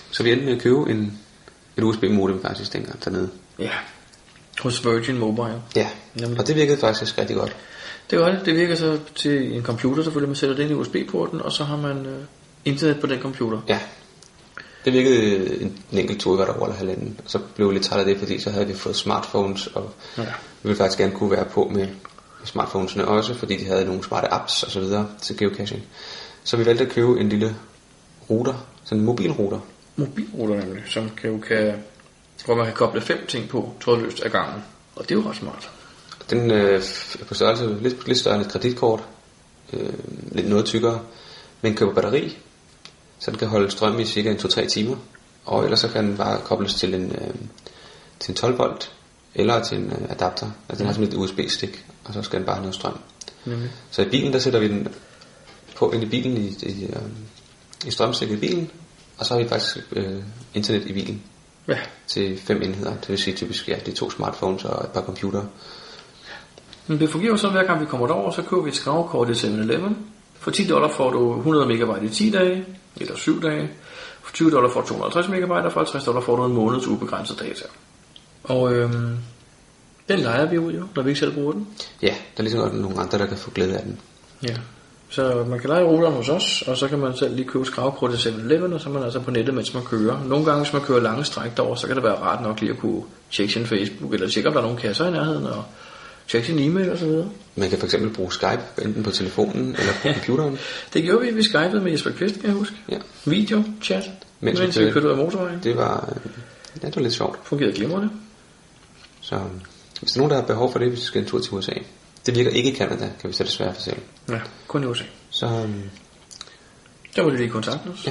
Så vi endte med at købe et USB-modem faktisk dengang dernede. Ja, hos Virgin Mobile. Ja, og det virkede faktisk rigtig godt. Det var det. Det virker så til en computer, selvfølgelig man sætter det ind i USB-porten, og så har man internet på den computer. Ja, det virkede en enkelt tur, var der over eller halvanden. Og så blev vi lidt træt af det, fordi så havde vi fået smartphones, og vi ville faktisk gerne kunne være på med smartphonesene også, fordi de havde nogle smarte apps og så videre til geocaching. Så vi valgte at købe en lille router, sådan en mobilrouter. Mobilrouter nemlig, som hvor man kan koble 5 ting på trådløst ad gangen. Og det er jo ret smart. Den er på størrelse lidt større end et kreditkort, lidt noget tykkere, men køber batteri, så den kan holde strøm i cirka 2-3 timer. Og ellers så kan den bare kobles til en 12 volt eller til en adapter. Altså den har sådan et USB-stik, og så skal den bare have noget strøm. Nemlig. Så i bilen, der sætter vi den på ind i bilen, i strømstikket i bilen, og så har vi faktisk internet i bilen. Ja. Til 5 enheder, det vil sige typisk de 2 smartphones og et par computere. Men det fungerer jo så, hver gang vi kommer derover, så køber vi et skravekort i 7-Eleven. For $10 får du 100 megabyte i 10 dage, eller 7 dage. For $20 får du 250 megabyte, og for $50 får du en måneds ubegrænset data. Og den lejer vi ud jo, når vi ikke selv bruger den. Ja, der er ligesom godt nogle andre, der kan få glæde af den. Ja, så man kan lege routeren hos os, og så kan man selv lige købe skravekort i 7-Eleven, og så er man altså på nettet, mens man kører. Nogle gange, hvis man kører lange stræk derover, så kan det være rart nok lige at kunne tjekke sin Facebook, eller tjekke, om der er nogle kasser i nærheden, og tjekke sin e-mail og så videre. Man kan fx bruge Skype, enten på telefonen eller på computeren. Det gjorde vi skypede med Jesper Kvist, kan jeg huske. Ja. Video, chat, mens vi kørte ud af motorvejen. Det var lidt sjovt. Fungerede glimrende. Så hvis der er nogen, der har behov for det, hvis vi skal en tur til USA. Det virker ikke i Canada, kan vi så desværre fortælle. Ja, kun i USA. Så der må det lige kontakte os. Ja.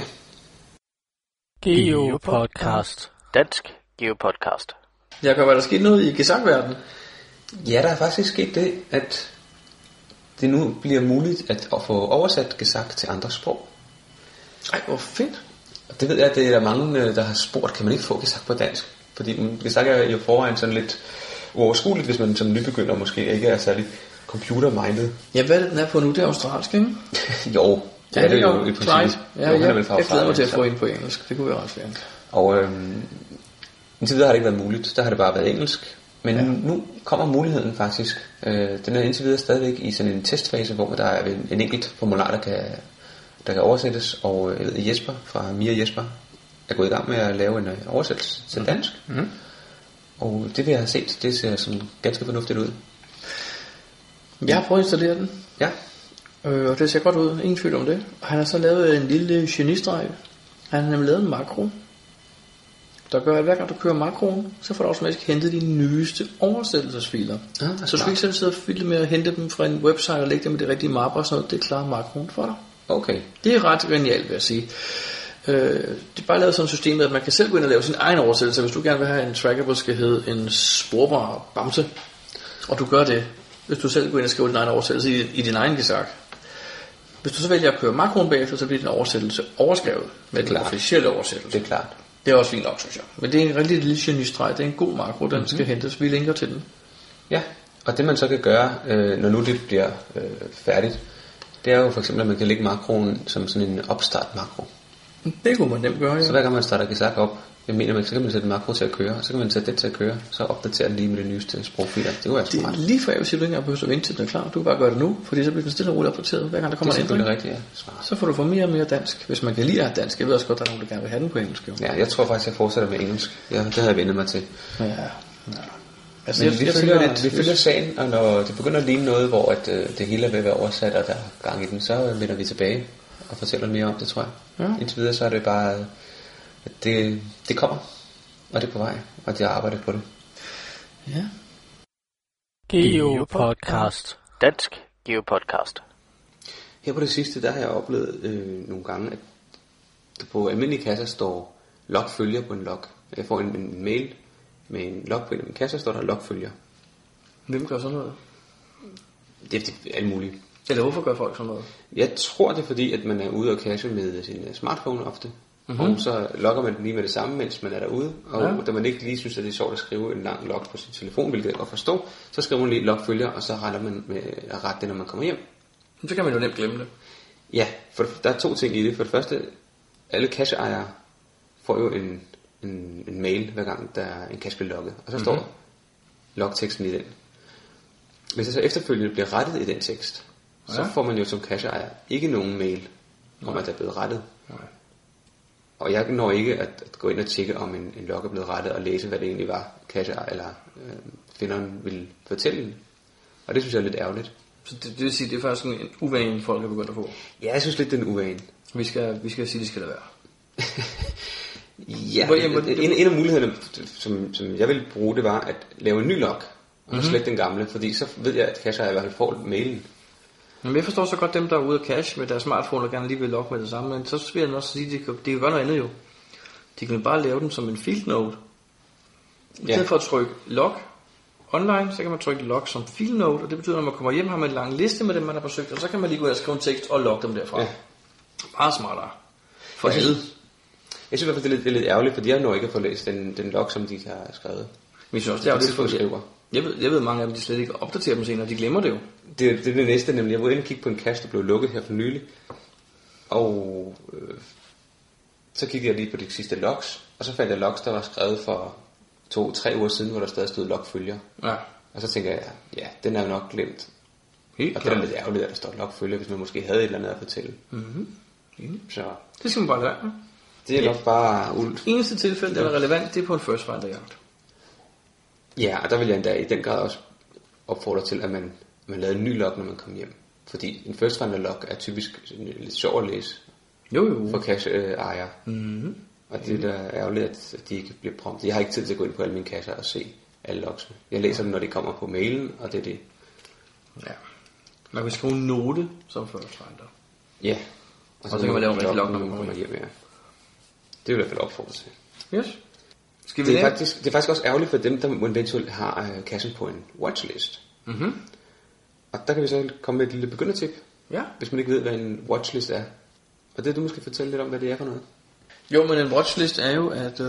Geopodcast. Dansk Geopodcast. Jakob, er der sket noget i gesangverdenen? Ja, der er faktisk sket det, at det nu bliver muligt at få oversat gesang til andre sprog. Ej, hvor fedt. Og det ved jeg, at det er der mange, der har spurgt, kan man ikke få gesang på dansk? Fordi gesang er jo forvejen sådan lidt uoverskueligt, hvis man som nybegynder måske ikke er særlig computer-minded. Ja, hvad er det, den er på nu? Det er australsk, ikke? Jo, det er det jo i princippet. Ja, jeg glæder mig til at få ind på engelsk. Det kunne være ret fedt. Og indtil videre har det ikke været muligt. Der har det bare været engelsk. Men nu kommer muligheden faktisk. Den er indtil videre stadigvæk i sådan en testfase, hvor der er en enkelt formular, der kan oversættes. Og jeg ved, Jesper fra Mia Jesper er gået i gang med at lave en oversættelse til dansk. Mm-hmm. Og det vi har set, det ser sådan ganske fornuftigt ud. Jeg har prøvet at installere den. Ja. Og det ser godt ud, ingen tvivl om det. Og han har så lavet en lille genistreg. Han har nemlig lavet en makro, der gør, at hver gang du kører makroen, så får du automatisk hentet de nyeste oversættelsesfiler. Så du skal ikke selv sidde og fylde med at hente dem fra en website og lægge dem i de rigtige mapper og sådan noget. Det klarer makroen for dig. Okay. Det er ret genialt, vil jeg sige. Det er bare lavet sådan et system, at man kan selv gå ind og lave sin egen oversættelse. Hvis du gerne vil have en trackable, skal hedde en sporbar bamse, og du gør det, hvis du selv går ind og skriver din egen oversættelse i din egen gesang. Hvis du så vælger at køre makroen bagefter, så bliver din oversættelse overskrevet med den officielle oversættelse. Det er klart. Det er også fint nok, synes jeg. Men det er en rigtig lille genistreg. Det er en god makro, den skal hentes. Vi linker til den. Ja, og det man så kan gøre, når nu det bliver færdigt, det er jo for eksempel, at man kan lægge makroen som sådan en opstart makro. Det kunne man nemt gøre, ja. Så hver gang man starter gesang op, så kan man sætte en makro til at køre, og så kan man sætte det til at køre, så opdaterer den lige med det nyeste sprogfiler. Det var altså smart. Det er lige før jeg vil sige, at du ikke engang behøver at vente til den er klar. Du kan bare gøre det nu, fordi så bliver den stille og roligt opdateret, hver gang der kommer en ændring. Det er rigtigt, ja. Smart. Så får du mere og mere dansk, hvis man kan lide at have dansk. Jeg ved også godt, der er nogen, der gerne vil have den på engelsk. Jo. Ja, jeg tror faktisk, jeg fortsætter med engelsk. Ja, det havde jeg vendt mig til. Ja. Altså, vi følger sagen, og når det begynder at ligne noget, hvor at, det hele er ved at være oversat, og der er gang i den, så vender vi tilbage og fortæller mere om det, tror jeg. Ja. Indtil videre, så er det bare, at det kommer, og det er på vej, og de har arbejdet på det. Ja. Geopodcast. Dansk Geopodcast. Her på det sidste, der har jeg oplevet nogle gange, at på almindelige kasser står logfølger på en log. Jeg får en mail med en log på en af mine kasser, står der logfølger. Hvem gør sådan noget? Det er alt muligt. Eller hvorfor gør folk sådan noget? Jeg tror det er fordi, at man er ude og cache med sin smartphone ofte. Mm-hmm. Og så logger man den lige med det samme, mens man er derude. Og da man ikke lige synes, at det er sjovt at skrive en lang log på sin telefon, hvilket jeg godt forstå, så skriver man lige logfølger, og så retter man med at rette det, når man kommer hjem. Så kan man jo nemt glemme det. Ja, for der er 2 ting i det. For det første, alle cacheejere får jo en mail, hver gang der er en cache bliver logget. Og så står logteksten i den. Hvis jeg så efterfølgende bliver rettet i den tekst, så får man jo som cache-ejer ikke nogen mail om, at der er blevet rettet. Nej. Og jeg når ikke at gå ind og tjekke, om en log er blevet rettet, og læse, hvad det egentlig var, cache eller finderen ville fortælle. Og det synes jeg er lidt ærgerligt. Så det vil sige, det er faktisk en uvane, folk er begyndt at få? Ja, jeg synes lidt, det er en uvane. Vi skal sige, at det skal lade være. Ja, en af mulighederne, som jeg ville bruge, det var at lave en ny log, og så slette den gamle, fordi så ved jeg, at cache i hvert fald får mailen. Men jeg forstår så godt dem, der er ude af cache med deres smartphone, og gerne lige vil logge med det samme, men så vil jeg også sige, at det kan gøre noget andet jo. De kan bare lave den som en field note. I stedet for at trykke log online, så kan man trykke log som field note, og det betyder, at når man kommer hjem, har man en lang liste med dem, man har besøgt, og så kan man lige gå ud og skrive en tekst og logge dem derfra. Ja. Meget smartere. For helvede. Jeg synes i hvert fald, det er lidt ærgerligt, fordi jeg når ikke at få læst den log, som de har skrevet. Men jeg synes også, det er ærgerligt, for jeg ved mange af dem, de slet ikke opdaterer dem senere, de glemmer det jo. Det er det næste, nemlig. Jeg var inde og kigge på en cache, der blev lukket her for nylig. Og så kiggede jeg lige på de sidste logs, og så fandt jeg logs, der var skrevet for 2-3 uger siden, hvor der stadig stod logfølger. Ja. Og så tænker jeg, ja, den er jo nok glemt. Helt og det er lidt ærgerligt, at der står logfølger, hvis man måske havde et eller andet at fortælle. Så det skal man bare lade være. Det er nok bare ult. Eneste tilfælde, der er relevant, det er på en first finder jagt. Ja, og der vil jeg endda i den grad også opfordre til, at man lavede en ny log, når man kommer hjem. Fordi en first finder log er typisk lidt sjov at læse. Jo. For cache-ejere. Og det er da ærgerligt, at de ikke bliver promptet. Jeg har ikke tid til at gå ind på alle mine cacher og se alle logsene. Jeg læser dem, når de kommer på mailen, og det er det. Ja. Man kan skrive en note som first finder. Ja. Og så kan man lave en rigtig log, når man kommer hjem. Ja. Det vil jeg i hvert fald opfordre til. Yes. Det er faktisk også ærgerligt for dem, der eventuelt har cachen på en watchlist. Og der kan vi så komme med et lille begyndertip, hvis man ikke ved, hvad en watchlist er. Og det du måske fortælle lidt om, hvad det er for noget. Jo, men en watchlist er jo, at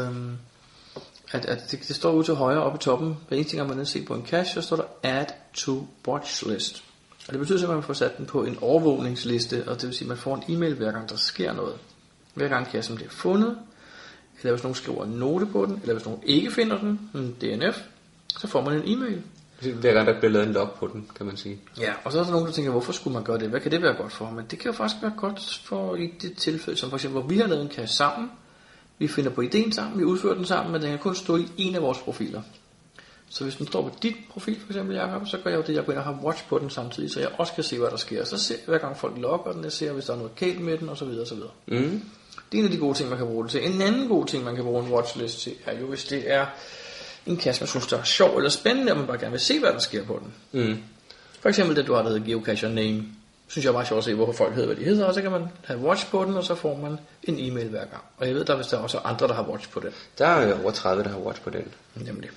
det står ude til højre oppe i toppen. Hver eneste gang man ser på en cache, så står der Add to Watchlist. Og det betyder, at man får sat den på en overvågningsliste, og det vil sige, at man får en e-mail hver gang der sker noget. Hver gang cachen bliver fundet, eller hvis nogen skriver en note på den, eller hvis nogen ikke finder den, en DNF, så får man en e-mail. Hver gang der bliver lavet en log på den, kan man sige. Ja, og så er der nogen, der tænker, hvorfor skulle man gøre det? Hvad kan det være godt for? Men det kan jo faktisk være godt for i det tilfælde, som for eksempel, hvor vi har lavet en cache sammen. Vi finder på ideen sammen, vi udfører den sammen, men den kan kun stå i en af vores profiler. Så hvis den står på dit profil, for eksempel Jacob, så gør jeg jo det, jeg går ind og har watch på den samtidig, så jeg også kan se, hvad der sker. Så ser jeg, hver gang folk logger den, jeg ser, hvis der er noget galt med den, osv. osv. Det er en af de gode ting, man kan bruge det til. En anden god ting, man kan bruge en watchlist til, er jo, hvis det er en cache, man synes, der er sjov eller spændende, og man bare gerne vil se, hvad der sker på den. For eksempel det, du har, der hedder geocacher name. Synes jeg er meget sjovt at se, hvorfor folk hedder, hvad de hedder, og så kan man have watch på den, og så får man en e-mail hver gang. Og jeg ved, der er også andre, der har watch på den. Der er over 30, der har watch på den. Nemlig.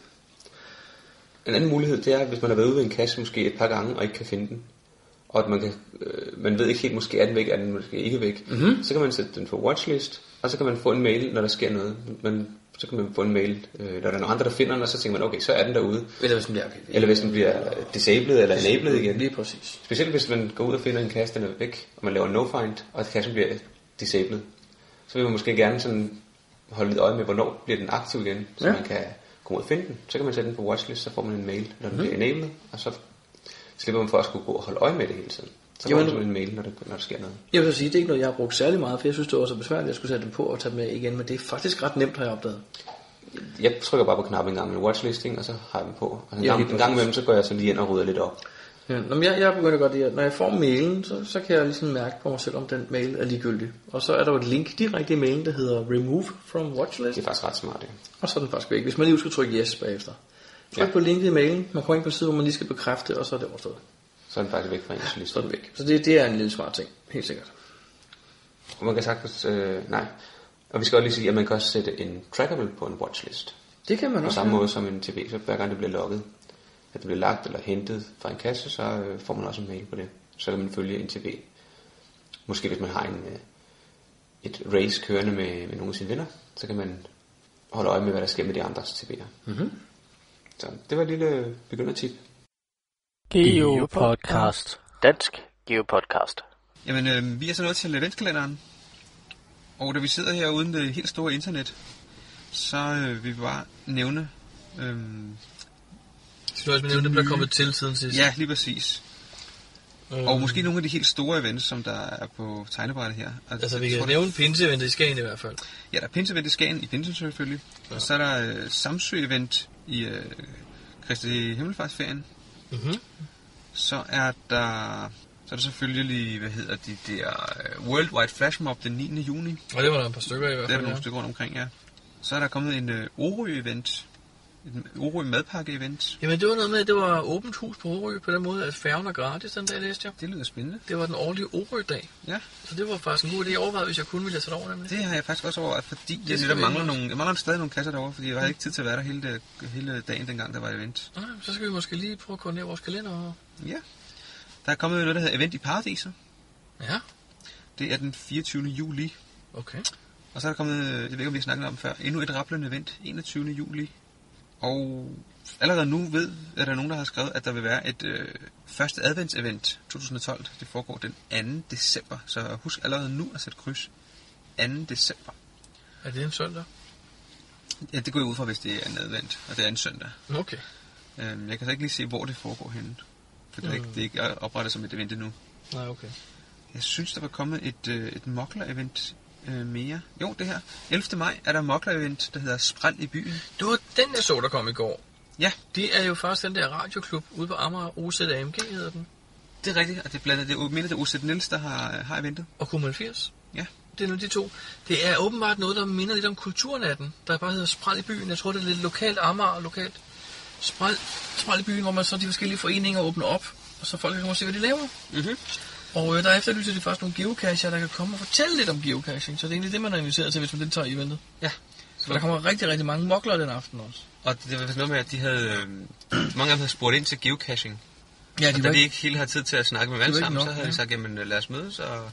En anden mulighed, det er, hvis man har været ude ved en cache måske et par gange, og ikke kan finde den, og at man ved ikke helt, måske er den væk, er den måske ikke væk, så kan man sætte den på watchlist, og så kan man få en mail, når der sker noget. Så kan man få en mail, når der er nogle andre, der finder den, og så tænker man, okay, så er den derude. Eller hvis den bliver disabled eller enabled igen. Lige præcis. Specielt hvis man går ud og finder en cache, den er væk, og man laver no find, og cachen bliver disabled. Så vil man måske gerne sådan holde lidt øje med, hvornår bliver den aktiv igen, så man kan komme ud og finde den. Så kan man sætte den på watchlist, så får man en mail, når den bliver enabled, og så slipper man for at skulle gå og holde øje med det hele tiden. Så får man en mail, når der sker noget. Jeg vil sige, det er ikke noget, jeg har brugt særlig meget, for jeg synes, det var så besværligt, at jeg skulle sætte den på og tage dem med igen, men det er faktisk ret nemt, har jeg opdaget. Jeg trykker bare på knappen en gang med watchlisting, og så har jeg dem på. Og en gang imellem, så går jeg så lige ind og rydder lidt op. Ja, jeg begynder godt det, når jeg får mailen, så kan jeg ligesom mærke på mig selv, om den mail er ligegyldig. Og så er der jo et link direkte i mailen, der hedder Remove from Watchlist. Det er faktisk ret smart, ja. Og så er den faktisk væk, hvis man lige skal trykke yes bagefter. Tryk på linket i mailen, man kommer ind på siden, hvor man lige skal bekræfte, og så er det overstået. Så er den faktisk væk fra ens liste. Så er den væk. Så det er en lille smart ting, helt sikkert. Og man kan sagtens, og vi skal også lige sige, at man kan også sætte en trackable på en watchlist. Det kan man på også. På samme måde som en TB, så hver gang det bliver logget, at det bliver lagt eller hentet fra en kasse, så får man også en mail på det. Så kan man følge en TB. Måske hvis man har et race kørende med nogle af sine venner, så kan man holde øje med, hvad der sker med de andres TB'er. Så det var et lille begyndertip. Geopodcast. Dansk Geopodcast. Jamen, vi er så nået til adventskalenderen. Og da vi sidder her uden det helt store internet, så vil vi bare nævne... Så du også nævne dem, der er kommet til siden sidst? Ja, lige præcis. Og måske nogle af de helt store events, som der er på tegnebrættet her. Altså vi kan nævne Pinse-event i Skagen i hvert fald. Ja, der er Pinse-event i Skagen i Pinse selvfølgelig. Ja. Og så er der Samsø-event i Kristi Himmelfartsferien. Mm-hmm. Så er der selvfølgelig, de der Worldwide Flash Mob den 9. juni. Og det var der et par stykker i hvert fald. Det er der nogle stykker rundt omkring, ja. Så er der kommet en Orø-event. En Orø madpakke-event. Jamen det var noget med, at det var åbent hus på Orø på den måde, at færgen er gratis den dag, læste jeg. Det lyder spændende. Det var den årlige Orø-dag. Ja. Så det var faktisk en god idé. Jeg overvejede, hvis jeg kunne, ville jeg tage over nemlig. Det har jeg faktisk også overvejet, fordi jeg mangler stadig nogle kasser derovre, fordi jeg havde ikke tid til at være der hele dagen, dengang der var event. Nej, så skal vi måske lige prøve at koordinere vores kalender. Ja. Der er kommet noget, der hedder Event i Paradiser. Ja. Det er den 24. juli. Okay. Og så er der kommet, jeg ved ikke, om vi har snakket om før, endnu et rablende event, 21. juli. Og allerede nu er der nogen, der har skrevet, at der vil være et første adventsevent 2012. Det foregår den 2. december. Så husk allerede nu at sætte kryds. 2. december. Er det en søndag? Ja, det går jeg ud fra, hvis det er en advent, og det er en søndag. Okay. Jeg kan så ikke lige se, hvor det foregår henne. For det er ikke oprettet som et event endnu. Nej, okay. Jeg synes, der var kommet et Mokler-event mere. Jo, det her. 11. maj er der Mokler-event, der hedder Spræl i byen. Det var den, jeg så, der kom i går. Ja. Det er jo først den der radioklub ude på Amager, OZAMG hedder den. Det er rigtigt, og det er OZ Niels, der har eventet. Og Kummel 80. Ja. Det er nu de to. Det er åbenbart noget, der minder lidt om kulturnatten, der bare hedder Spræl i byen. Jeg tror, det er lidt lokalt Amager, lokalt Spræl i byen, hvor man så de forskellige foreninger åbner op, og så folk kan komme og se, hvad de laver. Mhm. Og der efterlyser de først nogle geocacher, der kan komme og fortælle lidt om geocaching. Så det er egentlig det, man er inviteret til, hvis man deltager i eventet. Ja. Så der kommer rigtig, rigtig mange moklere den aften også. Og det var noget med, at de havde... mange af dem havde spurgt ind til geocaching. Ja, og da de ikke helt har tid til at snakke med dem alle sammen, nok, så havde de sagt, jamen lad os mødes. Og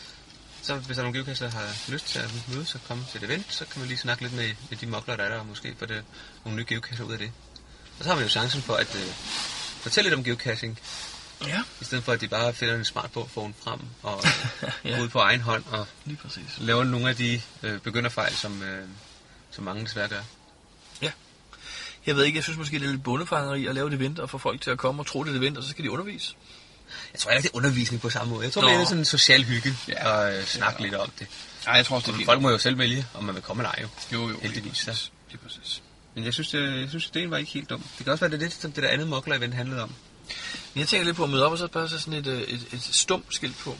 så hvis der er nogle geocacher, der har lyst til at mødes og komme til et event, så kan man lige snakke lidt med de moklere, der er der, og måske få nogle nye geocacher ud af det. Og så har man jo chancen for at fortælle lidt om geocaching. Ja. I stedet for, at de bare finder en smartphone frem og går ud på egen hånd og lige præcis. Laver nogle af de begynderfejl, som mange desværre gør. Ja. Jeg ved ikke, jeg synes måske, det er lidt bondefangeri at lave et event og få folk til at komme og tro, det er et event, og så skal de undervise. Jeg tror ikke, det er undervisning på samme måde. Jeg tror, det er sådan en social hygge og snakke lidt om det. Ja, jeg tror også, det er folk må jo selv vælge, om man vil komme eller ej. Jo, heldigvis. Det er præcis. Men jeg synes, ideen var ikke helt dum. Det kan også være, det er lidt det der andet Mokler-event handlede om. Jeg tænker lidt på at møde op, og så bare sådan et stumt skilt på.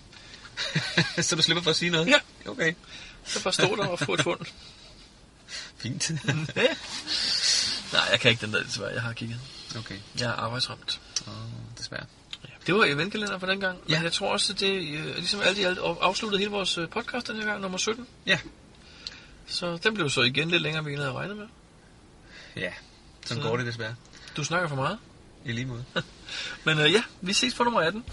Så du slipper for at sige noget? Ja. Okay. Så bare stå der og få et fund. Fint. Ja. Nej, jeg kan ikke den der desværre. Jeg har kigget. Okay. Jeg er arbejdsramt. Desværre. Ja. Det var eventkalender for den gang. Ja. Men jeg tror også, at det ligesom alt i alt afsluttede hele vores podcast den her gang, nummer 17. Ja. Så den blev så igen lidt længere, end vi havde regnet med. Ja, sådan går det desværre. Du snakker for meget. I lige måde. Men ja, vi ses på nummer 18.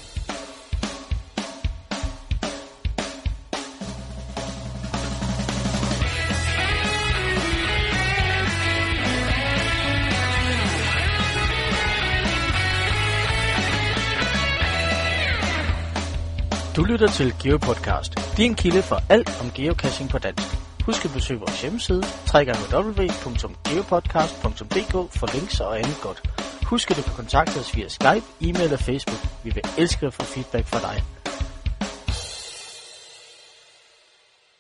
Du lytter til GeoPodcast, din kilde for alt om geocaching på dansk. Husk at besøge vores hjemmeside, www.geopodcast.dk for links og andet godt. Husk at du kan kontakte os via Skype, e-mail og Facebook. Vi vil elske at få feedback fra dig.